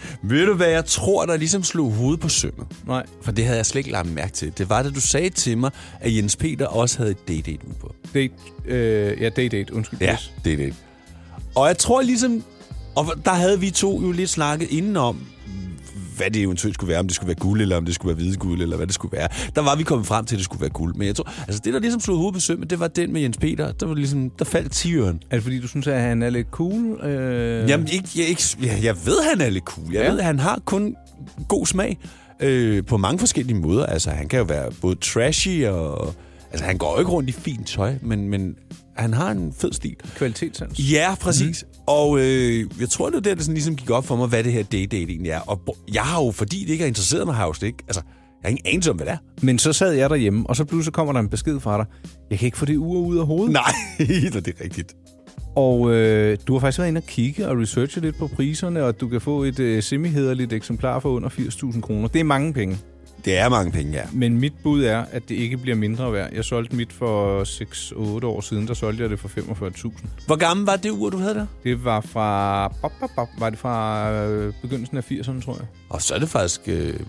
Ved du, hvad jeg tror, der ligesom slog hovedet på sømmet? Nej. For det havde jeg slet ikke lagt mærke til. Det var, da du sagde til mig, at Jens Peter også havde et date ude på. Date, undskyld. Ja, date. Og jeg tror ligesom... Og der havde vi to jo lidt snakket indenom, hvad det eventuelt skulle være, om det skulle være guld, eller om det skulle være hvide guld, eller hvad det skulle være. Der var vi kommet frem til, at det skulle være guld. Men jeg tror, altså det, der ligesom slog hovedet på sømmet, det var den med Jens Peter. Der var ligesom, der faldt tiøren. Er det fordi, du synes, at han er lidt cool? Jamen, jeg ved, han er lidt cool. Jeg ved, at han har kun god smag på mange forskellige måder. Altså, han kan jo være både trashy og... Altså, han går jo ikke rundt i fint tøj, men han har en fed stil. Kvalitetssans. Ja, præcis. Og jeg tror, det var det sådan ligesom gik op for mig, hvad det her date egentlig er. Og jeg har jo, fordi det ikke er interesseret mig, har jeg jo ikke... Altså, jeg har ingen anelse om, hvad det er. Men så sad jeg derhjemme, og så pludselig kommer der en besked fra dig. Jeg kan ikke få det ur ud af hovedet. Nej, det er rigtigt. Og du har faktisk været inde og kigge og researche lidt på priserne, og du kan få et semi-hæderligt eksemplar for under 80.000 kroner. Det er mange penge. Det er mange penge, ja. Men mit bud er, at det ikke bliver mindre værd. Jeg solgte mit for 6-8 år siden, der solgte jeg det for 45.000. Hvor gammel var det ur, du havde der? Det var fra... Var det fra begyndelsen af 80'erne, tror jeg. Og så er det faktisk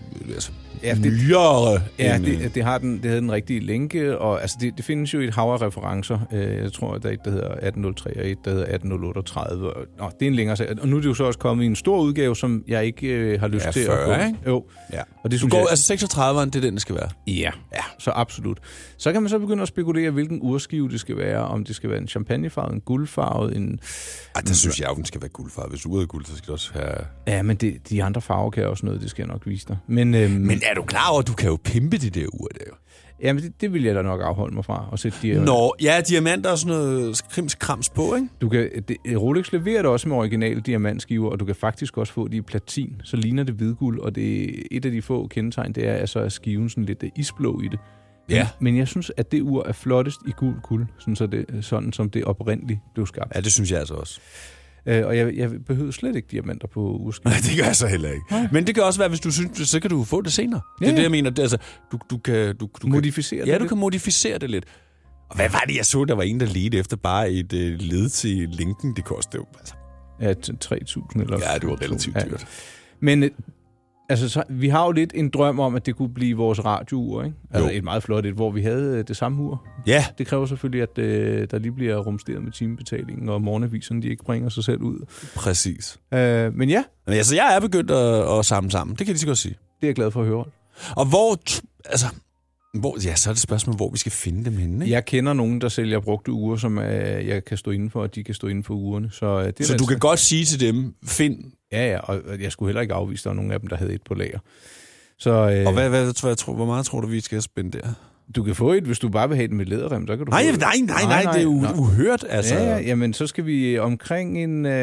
nyere. Ja, det havde den rigtige lænke, og altså det findes jo i et hav af referencer. Jeg tror, der er et, der hedder 1803, og et, der hedder 1838. Det er en længere sag. Og nu er det jo så også kommet i en stor udgave, som jeg ikke har lyst til 40, at gå. Ikke? Jo. Ja. Og det du går, altså 36'eren, det er den, det skal være? Ja, så absolut. Så kan man så begynde at spekulere, hvilken urskive det skal være. Om det skal være en champagnefarvet, en guldfarvet, en... der synes jeg jo, den skal være guldfarvet. Hvis uret er guld, så skal det også have... Ja, men de andre farver kan også noget, det skal jeg nok vise dig. Men er du klar over, at du kan jo pimpe de der ur der jo? Jamen, det vil jeg da nok afholde mig fra. At sætte diamanter og sådan noget krimskrams på, ikke? Rolex leverer det også med originale diamantskiver, og du kan faktisk også få de i platin. Så ligner det hvidguld, og det er et af de få kendetegn, det er altså at skiven sådan lidt isblå i det. Ja. Men jeg synes, at det ur er flottest i guld, sådan som det oprindeligt blev skabt. Ja, det synes jeg altså også. Og jeg behøver slet ikke diamanter på urskiven. Nej, det gør jeg så heller ikke. Nej. Men det kan også være, hvis du synes, så kan du få det senere. Ja. Det er det, jeg mener. Altså, du kan modificere det. Ja, du kan modificere det lidt. Og hvad var det, jeg så? Der var en, der ledte efter bare et led til linken. Det kostede jo altså... Ja, 3.000 eller... Ja, det var relativt dyrt. Men... Altså, vi har jo lidt en drøm om, at det kunne blive vores radiour, ikke? Altså et meget flot et, hvor vi havde det samme ur. Ja. Det kræver selvfølgelig, at der lige bliver rumsteret med timebetalingen, og morgenaviserne, de ikke bringer sig selv ud. Præcis. Men ja. Men altså, jeg er begyndt at samle sammen. Det kan jeg lige så godt sige. Det er jeg glad for at høre. Og så er det spørgsmål, hvor vi skal finde dem henne, ikke? Jeg kender nogen, der sælger brugte ure, som jeg kan stå inden for, og de kan stå inden for urene. Så du kan godt sige til dem, find... Ja, og jeg skulle heller ikke afvise, der var nogen af dem, der havde et på lager. Så, og hvor meget tror du, vi skal spænde der? Du kan få et, hvis du bare vil have den med læderrem, så kan du nej, det er jo uhørt, altså. Ja, jamen, så skal vi omkring en 70-80.000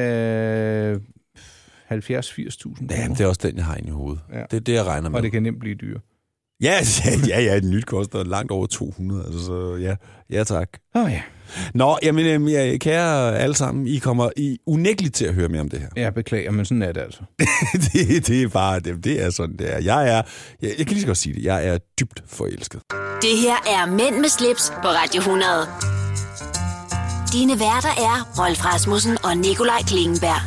kroner. Ja, det er også den, jeg har inde i hovedet. Ja. Det er det, jeg regner med. Og det kan nemt blive dyre. Ja, et nyt koster langt over 200, altså, så ja tak. Ja. Nå, jamen, kære alle sammen, I kommer unægteligt til at høre mere om det her. Ja, beklager, men sådan er det altså. det er bare, det er sådan, det er. Jeg kan lige så godt sige det, jeg er dybt forelsket. Det her er Mænd med slips på Radio 100. Dine værter er Rolf Rasmussen og Nikolaj Klingenberg.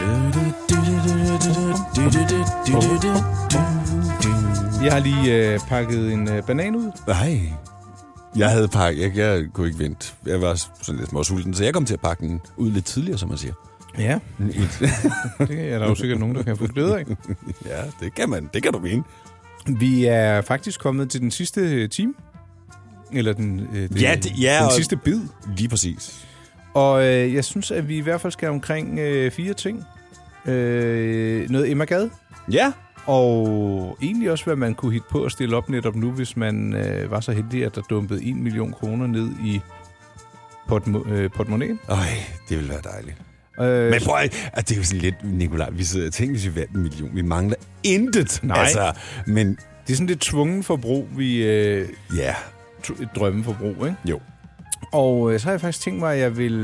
Jeg har lige pakket en banan ud. Nej. Jeg havde pakket... Jeg kunne ikke vente. Jeg var sådan lidt småsulten, så jeg kom til at pakke den ud lidt tidligere, som man siger. Ja. Det er der jo sikkert nogen, der kan få bedre af. Ja, det kan man. Det kan du mene. Vi er faktisk kommet til den sidste time. Eller den sidste bid. Lige præcis. Og jeg synes, at vi i hvert fald skal omkring 4 ting. Noget Emma Gad. Ja. Og egentlig også, hvad man kunne hitte på at stille op netop nu, hvis man var så heldig, at der dumpede 1 million kroner ned i portemonnaien. Det ville være dejligt. Men prøv at det er jo sådan lidt, Nikolaj, vi sidder og tænker, hvis vi vandt 1 million. Vi mangler intet. Nej, altså, men det er sådan lidt tvungen forbrug, vi... et drømmeforbrug, ikke? Jo. Og så har jeg faktisk tænkt mig, at jeg vil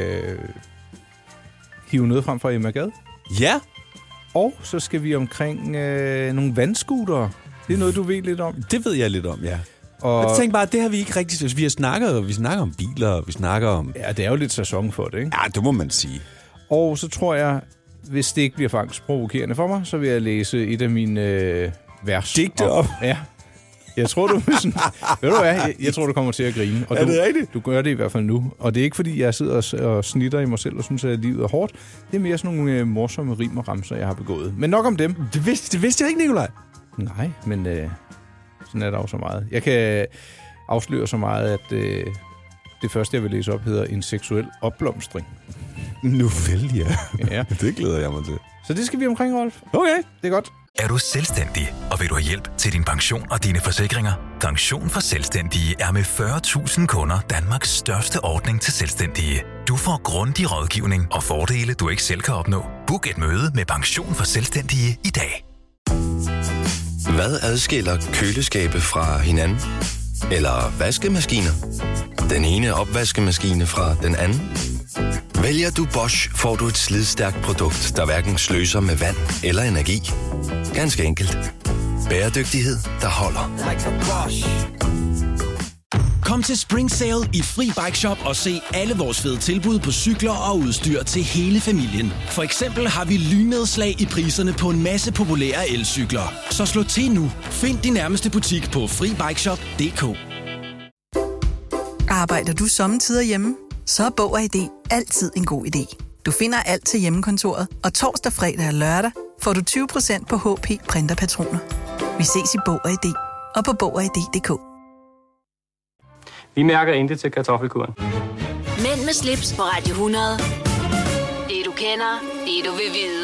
hive noget frem fra Emma Gad. Ja. Og så skal vi omkring nogle vandscootere. Det er noget, du ved lidt om. Det ved jeg lidt om, ja. Og jeg tænker bare, at det har vi ikke rigtig... Vi snakker om biler, vi snakker om... Ja, det er jo lidt sæson for det, ikke? Ja, det må man sige. Og så tror jeg, hvis det ikke bliver for angstprovokerende for mig, så vil jeg læse et af mine vers. Digte op? Ja. Jeg tror, du sådan, ved du hvad? Jeg tror, du kommer til at grine. Og er det rigtigt? Du gør det i hvert fald nu. Og det er ikke, fordi jeg sidder og snitter i mig selv og synes, at livet er hårdt. Det er mere sådan nogle morsomme rim og ramser, jeg har begået. Men nok om dem. Det vidste jeg ikke, Nikolaj. Nej, men sådan er der jo så meget. Jeg kan afsløre så meget, at det første, jeg vil læse op, hedder en seksuel opblomstring. Nu vel, ja. Det glæder jeg mig til. Så det skal vi omkring, Rolf. Okay. Det er godt. Er du selvstændig, og vil du have hjælp til din pension og dine forsikringer? Pension for Selvstændige er med 40.000 kunder Danmarks største ordning til selvstændige. Du får grundig rådgivning og fordele, du ikke selv kan opnå. Book et møde med Pension for Selvstændige i dag. Hvad adskiller køleskabe fra hinanden? Eller vaskemaskiner? Den ene opvaskemaskine fra den anden? Vælger du Bosch, får du et slidstærkt produkt, der hverken sløser med vand eller energi. Ganske enkelt. Bæredygtighed, der holder. Kom til Spring Sale i Fri Bike Shop og se alle vores fede tilbud på cykler og udstyr til hele familien. For eksempel har vi lynnedslag i priserne på en masse populære elcykler. Så slå til nu. Find din nærmeste butik på FriBikeShop.dk. Arbejder du sommetider hjemme? Så er Bog & ID altid en god idé. Du finder alt til hjemmekontoret, og torsdag, fredag og lørdag får du 20% på HP printerpatroner. Vi ses i Bog & ID og på BogAid.dk. Vi mærker intet til kartoffelkuren. Mænd med slips på Radio 100. Det du kender, det du vil vide.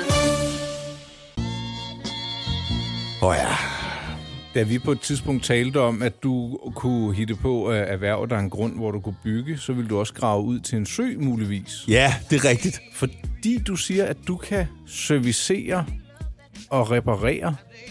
Ja. Da vi på et tidspunkt talte om, at du kunne hitte på at erhverve dig en grund, hvor du kunne bygge, så ville du også grave ud til en sø muligvis. Ja, det er rigtigt. Fordi du siger, at du kan servicere og reparere,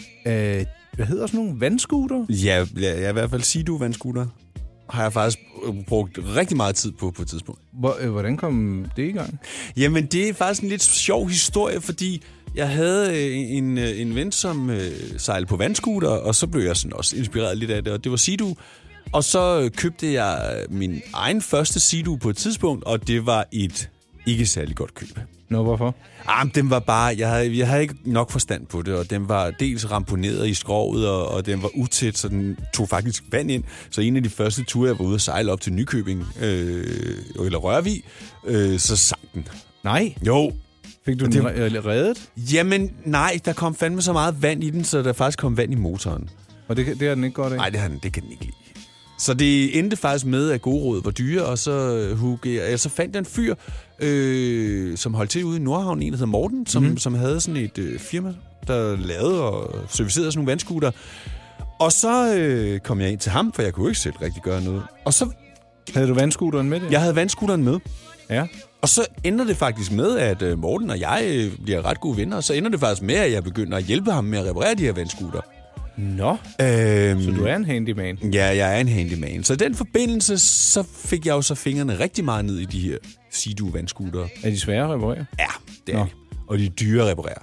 hvad hedder sådan nogle, vandscooter? Ja, i hvert fald Sea-Doo-vandscooter har jeg faktisk brugt rigtig meget tid på et tidspunkt. Hvordan kom det i gang? Jamen, det er faktisk en lidt sjov historie, fordi jeg havde en ven, som sejlede på vandscooter, og så blev jeg sådan også inspireret lidt af det, og det var Sea-Doo. Og så købte jeg min egen første Sea-Doo på et tidspunkt, og det var et ikke særlig godt køb. Nå, hvorfor? Den var bare, jeg havde ikke nok forstand på det, og den var dels ramponeret i skroget, og den var utæt, så den tog faktisk vand ind. Så en af de første ture, jeg var ude og sejle op til Nykøbing, eller Rørvig, så sank den. Nej? Jo. Fik du den reddet? Jamen, nej, der kom fandme så meget vand i den, så der faktisk kom vand i motoren. Og det har den ikke godt af? Nej, det kan den ikke lide. Så det endte faktisk med, at gode råd var dyre, og så fandt jeg en fyr, som holdt til ude i Nordhavn, en der hedder Morten, som havde sådan et firma, der lavede og servicerede sådan nogle vandscooter. Og så kom jeg ind til ham, for jeg kunne ikke selv rigtig gøre noget. Og så havde du vandscooteren med det? Jeg havde vandscooteren med. Ja. Og så ender det faktisk med, at Morten og jeg bliver ret gode venner, og så ender det faktisk med, at jeg begynder at hjælpe ham med at reparere de her vandscooter. Nå, så du er en handyman? Ja, jeg er en handyman. Så i den forbindelse, så fik jeg jo så fingrene rigtig meget ned i de her Sea-Doo vandscooter. Er de svære at reparere? Ja, det er de. Og de er dyre at reparere.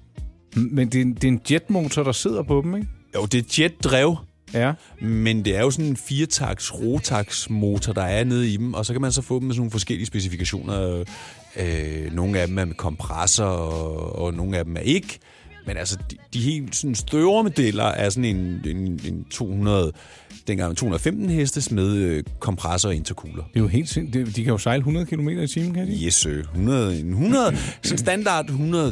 Men det er en jetmotor, der sidder på dem, ikke? Jo, det er jetdrev. Ja. Men det er jo sådan en 4-taks Rotax-motor, der er nede i dem, og så kan man så få dem med sådan nogle forskellige specifikationer. Nogle af dem er med kompressor, og nogle af dem er ikke. Men altså, de helt sådan større modeller er sådan en 215 hestes med kompressor og intercooler. Det er jo helt sindssygt. De kan jo sejle 100 km i timen, kan de? Yes, 100 sådan standard 112-116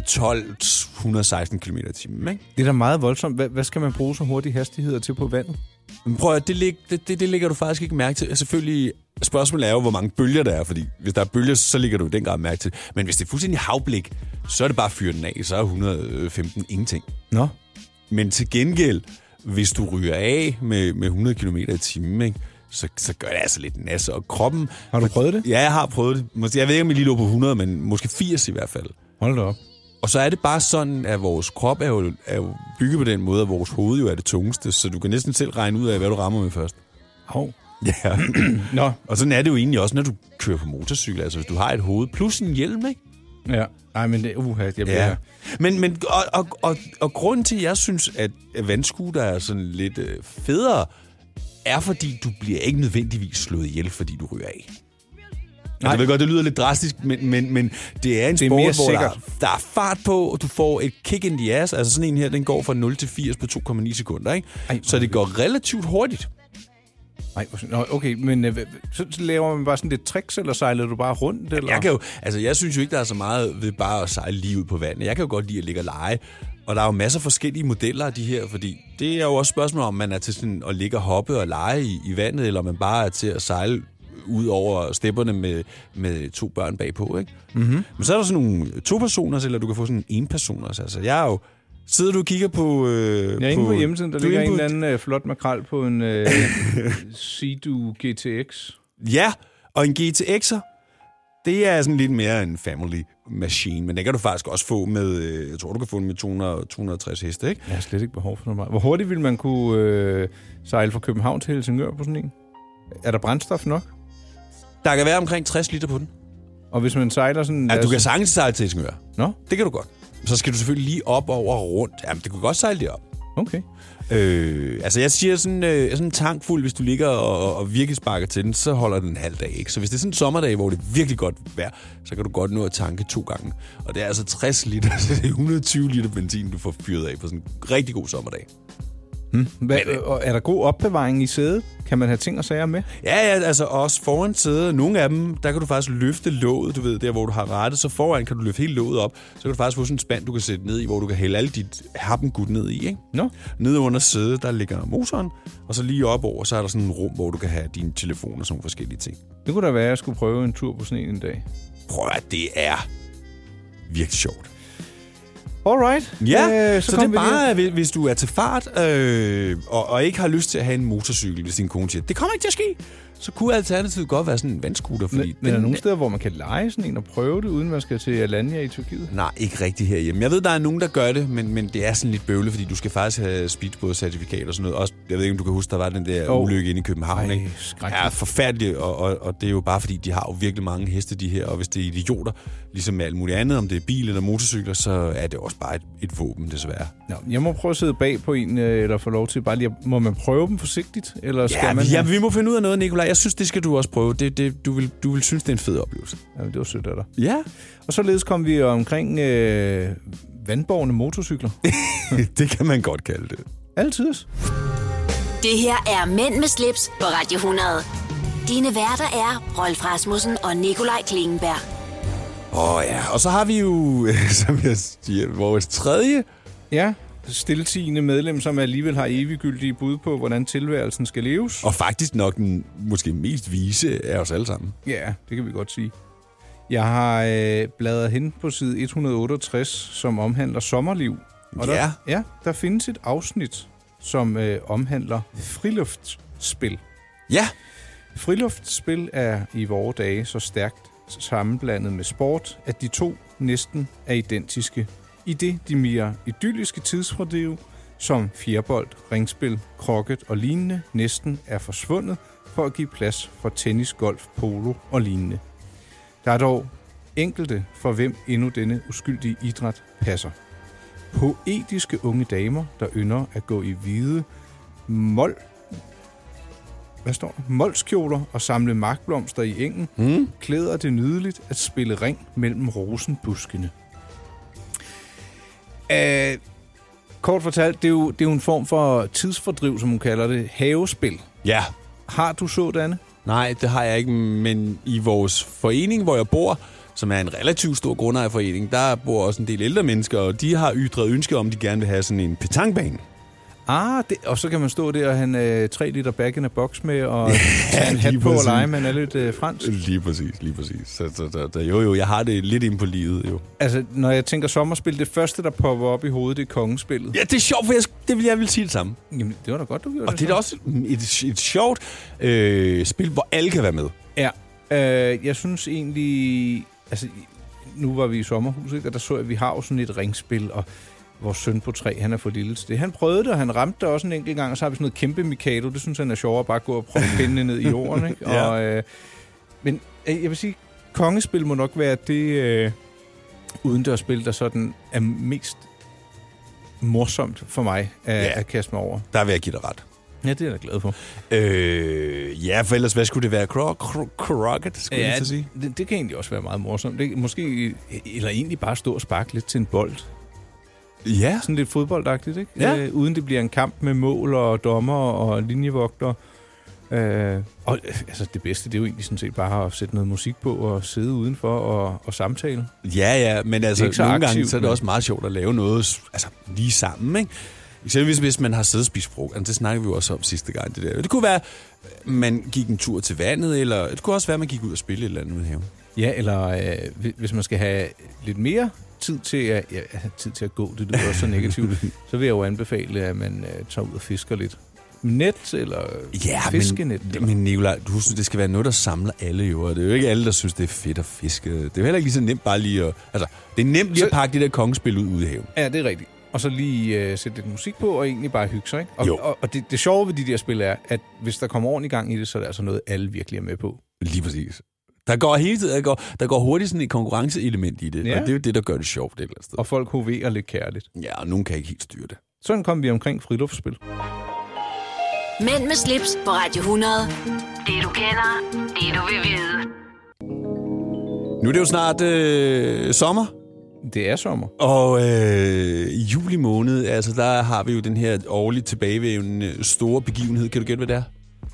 km i timen, ikke? Det er da meget voldsomt. Hvad skal man bruge så hurtige hastigheder til på vandet? Men prøv at det lægger du faktisk ikke mærke til. Selvfølgelig, spørgsmålet er jo, hvor mange bølger der er, fordi hvis der er bølger, så ligger du i den grad mærke til. Men hvis det er fuldstændig havblik, så er det bare at fyre den af, så er 115 ingenting. Nå. Men til gengæld, hvis du ryger af med 100 km i timen, ikke, så gør det altså lidt nas. Og kroppen... Har du prøvet det? Ja, jeg har prøvet det. Jeg ved ikke, om jeg lige lå på 100, men måske 80 i hvert fald. Hold da op. Og så er det bare sådan, at vores krop er jo bygget på den måde, at vores hoved jo er det tungeste, så du kan næsten selv regne ud af, hvad du rammer med først. Ja. Nå. Og sådan er det jo egentlig også, når du kører på motorcykel. Altså, hvis du har et hoved plus en hjelm, ikke? Ja. Nej, men det er jeg bliver... Ja. Men grunden til, at jeg synes, at vandscooter er sådan lidt federe, er fordi du bliver ikke nødvendigvis slået ihjel, fordi du ryger af. Altså, jeg ved godt, det lyder lidt drastisk, men det er en sport, hvor der er fart på, og du får et kick in the ass. Altså sådan en her, den går fra 0 til 80 på 2,9 sekunder, ikke? Så det går relativt hurtigt. Nej, okay, men så laver man bare sådan lidt tricks, eller sejler du bare rundt? Eller? Jeg synes jo ikke, der er så meget ved bare at sejle lige ud på vandet. Jeg kan jo godt lide at ligge og lege. Og der er jo masser af forskellige modeller af de her, fordi det er jo også et spørgsmål, om man er til sådan at ligge og hoppe og lege i vandet, eller om man bare er til at sejle ud over stepperne med 2 børn bagpå, ikke? Mm-hmm. Men så er der sådan nogle 2-personers, eller du kan få sådan en 1-personers. Altså, jeg er jo... Sidder du og kigger på... Jeg er inde på hjemmesiden, der ligger en eller anden flot makrel på en Sea-Doo GTX. Ja, og en GTX'er, det er sådan lidt mere en family machine, men det kan du faktisk også få med... jeg tror, du kan få den med 260 heste, ikke? Jeg har slet ikke behov for noget meget. Hvor hurtigt vil man kunne sejle fra København til Helsingør på sådan en? Er der brændstof nok? Der kan være omkring 60 liter på den. Og hvis man sejler sådan... Ja, du kan sagtens sejle til Helsingør. Nå? Det kan du godt. Så skal du selvfølgelig lige op over og rundt. Jamen, det kunne godt sejle det op. Okay. Altså, jeg siger sådan en tank fuld, hvis du ligger og virkelig sparker til den, så holder den en halv dag, ikke? Så hvis det er sådan en sommerdag, hvor det er virkelig godt vejr, så kan du godt nå at tanke 2 gange. Og det er altså 60 liter, så det er 120 liter benzin, du får fyret af på sådan en rigtig god sommerdag. Er der god opbevaring i sædet? Kan man have ting og sager med? Ja, altså også foran sædet. Nogle af dem, der kan du faktisk løfte låget, du ved, der hvor du har rettet, så foran kan du løfte hele låget op. Så kan du faktisk få sådan en spand, du kan sætte ned i, hvor du kan hælde alle dit happengud ned i, ikke? Nå. Nede under sædet, der ligger motoren, og så lige op over, så er der sådan en rum, hvor du kan have dine telefoner og sådan forskellige ting. Det kunne da være, at jeg skulle prøve en tur på sådan en dag. Prøv at det er virkelig sjovt. Alright. Ja, så det er bare, hvis du er til fart og ikke har lyst til at have en motorcykel, hvis din kone siger, det kommer ikke til at ske, så kunne alternativet godt være sådan en vandscooter. Fordi men er der nogle steder, hvor man kan lege sådan en og prøve det, uden man skal til Alanya i Tyrkiet? Nej, ikke rigtig herhjemme. Jeg ved, der er nogen, der gør det, men det er sådan lidt bøvle, fordi du skal faktisk have speedbåd-certifikat og sådan noget. Også, jeg ved ikke, om du kan huske, der var den der ulykke inde i København. Ikke? Ja, forfærdeligt, og det er jo bare, fordi de har jo virkelig mange heste, de her, og hvis det er idioter, ligesom med alt muligt andet, om det er bil eller motorcykler, så er det også bare et våben, desværre. Nå, jeg må prøve at sidde bag på en, eller få lov til bare lige, må man prøve dem forsigtigt? Eller skal man vi må finde ud af noget, Nikolaj. Jeg synes, det skal du også prøve. Du vil synes, det er en fed oplevelse. Jamen, det var sødt af dig. Ja. Og således kom vi omkring vandborne motorcykler. Det kan man godt kalde det. Altid. Det her er Mænd med slips på Radio 100. Dine værter er Rolf Rasmussen og Nikolaj Klingenberg. Ja, og så har vi jo, som jeg siger, vores tredje... Ja, stiltiende medlem, som alligevel har eviggyldige bud på, hvordan tilværelsen skal leves. Og faktisk nok den måske mest vise af os alle sammen. Ja, det kan vi godt sige. Jeg har bladret hen på side 168, som omhandler sommerliv. Og der findes et afsnit, som omhandler friluftsspil. Ja. Friluftsspil er i vore dage så stærkt sammenblandet med sport, at de to næsten er identiske, i det de mere idylliske tidsfordriv, som fjerbold, ringspil, krokket og lignende, næsten er forsvundet for at give plads for tennis, golf, polo og lignende. Der er dog enkelte, for hvem endnu denne uskyldige idræt passer. Poetiske unge damer, der ynder at gå i hvide molskjoler og samle markblomster i engen, klæder det nydeligt at spille ring mellem rosenbuskene. Kort fortalt, det er jo en form for tidsfordriv, som hun kalder det, havespil. Ja. Har du sådanne? Nej, det har jeg ikke, men i vores forening, hvor jeg bor, som er en relativt stor grundejerforening, der bor også en del ældre mennesker, og de har ytret ønske om, de gerne vil have sådan en petanquebane. Og så kan man stå der og have en 3 liter back in a box med, og tage en hat på og lege, men er lidt fransk. Lige præcis. Så jeg har det lidt inde på livet, jo. Altså, når jeg tænker sommerspil, det første, der popper op i hovedet, det er kongespillet. Ja, det er sjovt, for jeg vil sige det samme. Jamen, det var da godt, du gjorde det. Og det er da også et sjovt spil, hvor alle kan være med. Ja, jeg synes egentlig... Altså, nu var vi i sommerhuset, ikke? Og der så jeg, at vi har jo sådan et ringspil, og vores søn på 3, han er for lille til det. Han prøvede det, og han ramte det også en enkelt gang, og så har vi sådan noget kæmpe Mikado. Det synes han er sjovere at bare gå og prøve pindene ned i jorden, ikke? Ja. Og, men jeg vil sige, kongespil må nok være det udendørsspil, der sådan er mest morsomt for mig at kaste mig over. Der vil jeg give dig ret. Ja, det er jeg glad for. Ja, for ellers, hvad skulle det være? Crockett, skulle jeg til sige? Det kan egentlig også være meget morsomt. Det, måske, eller egentlig bare stå og sparke lidt til en bold. Ja. Sådan lidt fodboldagtigt, ikke? Ja. Uden det bliver en kamp med mål og dommer og linjevogter. Og altså det bedste, det er jo egentlig sådan set bare at sætte noget musik på og sidde udenfor og samtale. Ja, men altså nogle aktivt, gange så er det også meget sjovt at lave noget altså, lige sammen, ikke? Eksempelvis hvis man har siddet og spist frokost. Altså, det snakker vi jo også om sidste gang. Det kunne være, man gik en tur til vandet, eller det kunne også være, man gik ud og spille et eller andet ude i haven. Ja, eller hvis man skal have lidt mere tid til at gå, det lyder også så negativt, så vil jeg jo anbefale, at man tager ud og fisker lidt. Net eller fiskenet. Men Nicolaj, du synes, det skal være noget, der samler alle jo. Det er jo ikke alle, der synes, det er fedt at fiske. Det er jo heller ikke lige så nemt bare lige at... Altså, det er nemt lige at pakke det der kongespil ud i haven. Ja, det er rigtigt. Og så lige sætte lidt musik på, og egentlig bare hygge sig, ikke? Og det sjove ved de der spil er, at hvis der kommer ordentlig gang i det, så er det altså noget, alle virkelig er med på. Lige præcis. Der går hele tiden, der går hurtigt sådan et konkurrenceelement i det, og det er jo det, der gør det sjovt et eller andet sted. Og folk hoverer lidt kærligt. Ja, og nogen kan ikke helt styre det. Sådan kom vi omkring friluftsspil. Mænd med slips på Radio 100. Det du kender, det du vil vide. Nu er det jo snart sommer. Det er sommer. Og i juli måned, altså der har vi jo den her årligt tilbagevævende store begivenhed. Kan du gætte, hvad det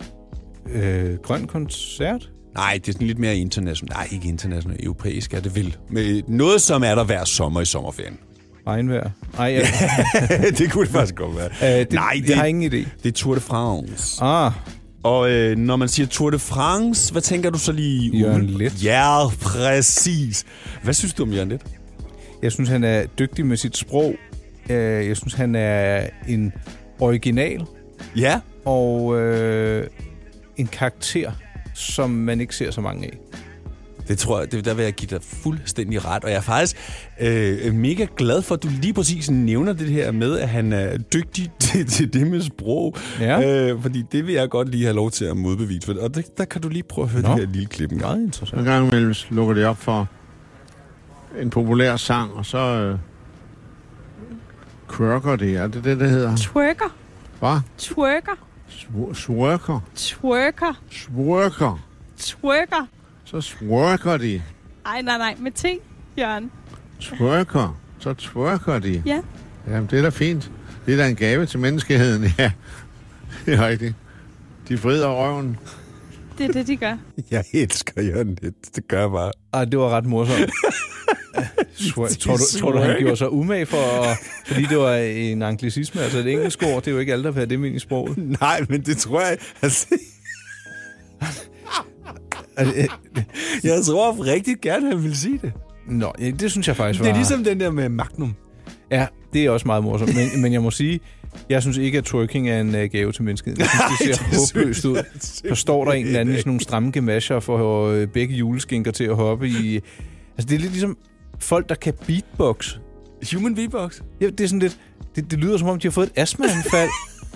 er? Grøn koncert? Nej, det er sådan lidt mere internationalt. Nej, ikke internationalt. Europæisk er det vel. Med noget, som er der hver sommer i sommerferien. Regnvejr? Nej, ja. Det kunne det faktisk godt være. Nej, det har ingen idé. Det er Tour de France. Ah. Og når man siger Tour de France, hvad tænker du så lige? Jørgen Leth. Ja, præcis. Hvad synes du om Jørgen Leth? Jeg synes, han er dygtig med sit sprog. Jeg synes, han er en original. Ja. Og en karakter, som man ikke ser så mange af. Det tror jeg, der vil jeg give dig fuldstændig ret. Og jeg er faktisk mega glad for, at du lige præcis nævner det her med, at han er dygtig til det med sprog. Ja. Fordi det vil jeg godt lige have lov til at modbevise. Og der kan du lige prøve at høre det her lille klip. Meget interessant. En gang imellem lukker det op for en populær sang, og så twerker det. Er det det hedder? Twerker. Hvad? Twerker. Twerker. Twerker. Twerker. Twerker. Så twerker de. Ej, nej, med T, Jørgen. Twerker. Så twerker de. Ja. Jamen, det er da fint. Det er da en gave til menneskeheden, ja. Det er rigtigt. De vrider røven. Det er det, de gør. Jeg elsker Jørgen lidt. Det gør jeg bare. Ej, det var ret morsomt. Tror du, han gjorde sig umage fordi det var en anglicisme, altså et engelsk ord, det er jo ikke alt, der vil have det med i sproget. Nej, men det tror jeg... Altså, jeg tror rigtig gerne, han ville sige det. Nå, ja, det synes jeg faktisk var... Det er ligesom den der med Magnum. Ja, det er også meget morsomt, men jeg må sige, jeg synes ikke, at twerking er en gave til mennesket. Jeg synes, det ser håbløst ud. Så står der en eller anden i sådan nogle stramme gemasher for begge juleskinker til at hoppe i... Altså, det er lidt ligesom folk, der kan beatbox. Human beatbox? Ja, det er sådan lidt... Det lyder som om, de har fået et astmaanfald.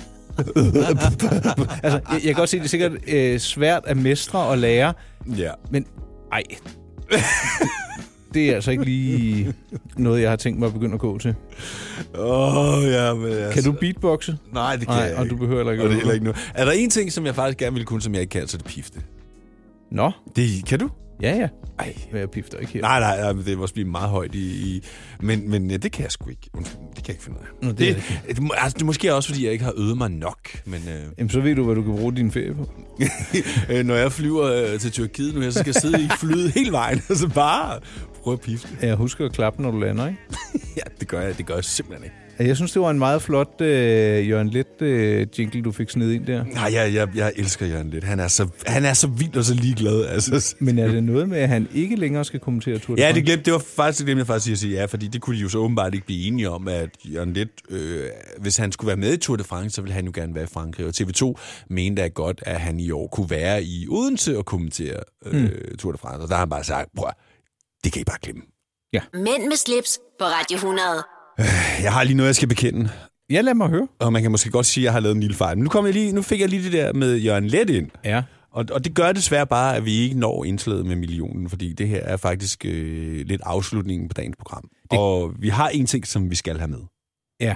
Altså, jeg kan godt se, det er sikkert svært at mestre og lære. Ja. Men, ej... Det er altså ikke lige noget, jeg har tænkt mig at begynde at gå til. Ja, men altså... Kan du beatboxe? Nej, det kan jeg ikke. Og du behøver heller ikke. Og det er heller ikke noget. Er der en ting, som jeg faktisk gerne ville kunne, som jeg ikke kan, så det pifte? Nå. Det kan du? Ja. Ej, jeg pifter ikke her. Nej, det må også blive meget højt Men ja, det kan jeg sgu ikke. Det kan jeg ikke finde ud af. Det er måske også, fordi jeg ikke har øvet mig nok. Men, jamen, så ved du, hvad du kan bruge din ferie på. Når jeg flyver til Tyrkiet nu, så skal jeg sidde i flyet hele vejen, og så bare prøve at pifte. Ja, husk at klappe, når du lander, ikke? Ja, det gør jeg simpelthen ikke. Jeg synes, det var en meget flot Jørgen Leth jingle, du fik sned ind der. Nej, jeg elsker Jørgen Leth. Han er så vild og så ligeglad. Altså. Men er det noget med, at han ikke længere skal kommentere Tour de France? Ja, det var faktisk det, jeg faktisk at sige ja, fordi det kunne de jo så åbenbart ikke blive enige om, at Jørgen Leth, hvis han skulle være med i Tour de France, så ville han jo gerne være i Frankrig. Og TV2 mente da godt, at han i år kunne være i Odense og kommentere Tour de France. Og der har han bare sagt, prøv, det kan I bare glemme. Ja. Mænd med slips på Radio 100. Jeg har lige noget, jeg skal bekende. Ja, lad mig høre. Og man kan måske godt sige, at jeg har lavet en lille fejl. Men nu fik jeg lige det der med Jørgen Leth ind. Ja. Og det gør desværre bare, at vi ikke når indslaget med millionen, fordi det her er faktisk lidt afslutningen på dagens program. Og vi har en ting, som vi skal have med. Ja.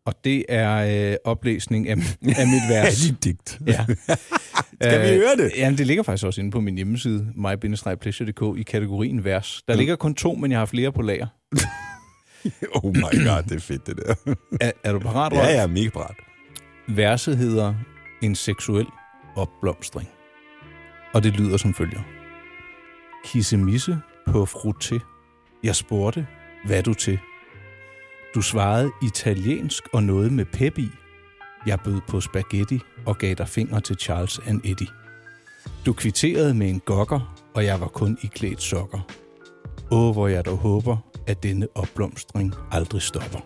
Og det er oplæsning af mit vers. Af dit digt. Ja. Skal vi høre det? Jamen, det ligger faktisk også inde på min hjemmeside, my-pleasure.dk, i kategorien vers. Der ligger kun 2, men jeg har flere på lager. Oh my god, det er fedt, det der. Er du parat, Rolf? Ja, jeg er mega parat. Verset hedder En seksuel opblomstring. Og det lyder som følger. Kissemisse på frotté. Jeg spurgte, hvad du til? Du svarede italiensk og noget med pep i. Jeg bød på spaghetti og gav dig finger til Charles and Eddie. Du kvitterede med en gokker, og jeg var kun iklædt sokker. Hvor jeg dog håber, at denne opblomstring aldrig stopper.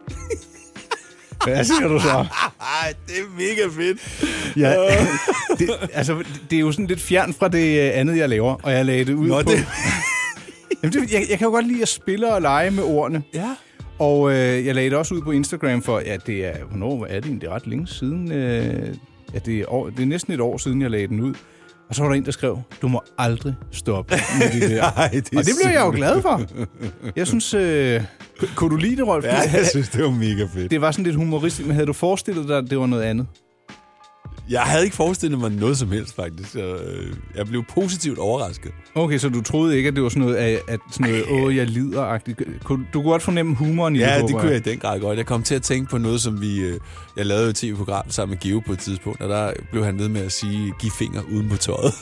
Hvad siger du så? Det er mega fedt. Ja, det er jo sådan lidt fjern fra det andet, jeg laver, og jeg lagde det ud på... Jamen, jeg kan jo godt lide at spille og lege med ordene. Ja. Og jeg lagde det også ud på Instagram for, det er, hvornår er det egentlig? Det er ret længe siden. Det er næsten et år siden, jeg lagde den ud. Og så var der en, der skrev, du må aldrig stoppe med det der. Ej, det og det blev jeg jo glad for. Jeg synes, kunne du lide det, Rolf? Ja, jeg synes, det var mega fedt. Det var sådan lidt humoristisk, men havde du forestillet dig, at det var noget andet? Jeg havde ikke forestillet mig noget som helst, faktisk. Jeg blev positivt overrasket. Okay, så du troede ikke, at det var sådan noget, jeg lider-agtigt. Du kunne godt fornemme humoren i det? Ja, det kunne jeg i den grad godt. Jeg kom til at tænke på noget, som jeg lavede et tv-program sammen med Geo på et tidspunkt, og der blev han ved med at sige, giv finger uden på tøjet.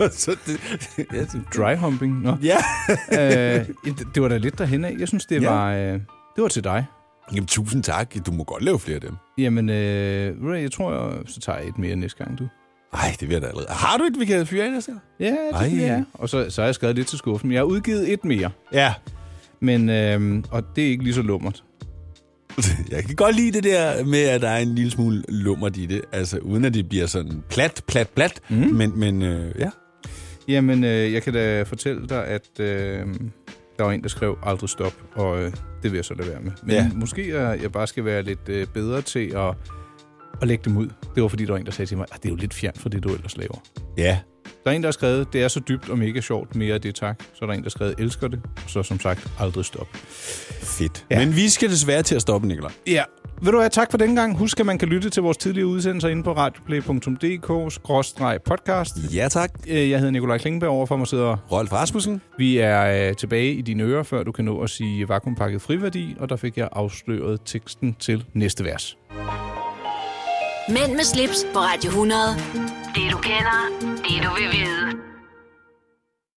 Dry humping? Nå. Ja. Det var da lidt derhen af. Jeg synes, det var til dig. Jamen, tusind tak. Du må godt lave flere af dem. Jamen, jeg tror, så tager jeg et mere næste gang, du. Ej, det vil jeg da allerede. Har du et, vi kan fyre ind næste gang? Ja, det kan jeg. Og så har jeg skrevet lidt til skuffen. Jeg har udgivet et mere. Ja. Men, og det er ikke lige så lummert. Jeg kan godt lide det der med, at der er en lille smule lummert i det. Altså, uden at det bliver sådan plat. Men ja. Jamen, jeg kan da fortælle dig, at... Der var en, der skrev aldrig stop, og det vil jeg så lade være med. Men måske jeg bare skal være lidt bedre til at lægge dem ud. Det var fordi, der var en, der sagde til mig, at det er jo lidt fjernt for det, du ellers laver. Ja. Der er en, der har skrevet, det er så dybt og mega sjovt, mere af det tak. Så er der en, der har skrevet, elsker det, og så som sagt, aldrig stop. Fedt. Ja. Men vi skal desværre til at stoppe, Nicolaj. Ja. Ved du hvad, tak for denne gang. Husk, at man kan lytte til vores tidligere udsendelser inde på radioplay.dk/podcast. Ja, tak. Jeg hedder Nicolaj Klingenberg, overfor mig sidder Rolf Rasmussen. Vi er tilbage i dine ører, før du kan nå at sige vakuumpakket friværdi, og der fik jeg afsløret teksten til næste vers. Mænd med slips på Radio 100. Det du kender, det du vil vide.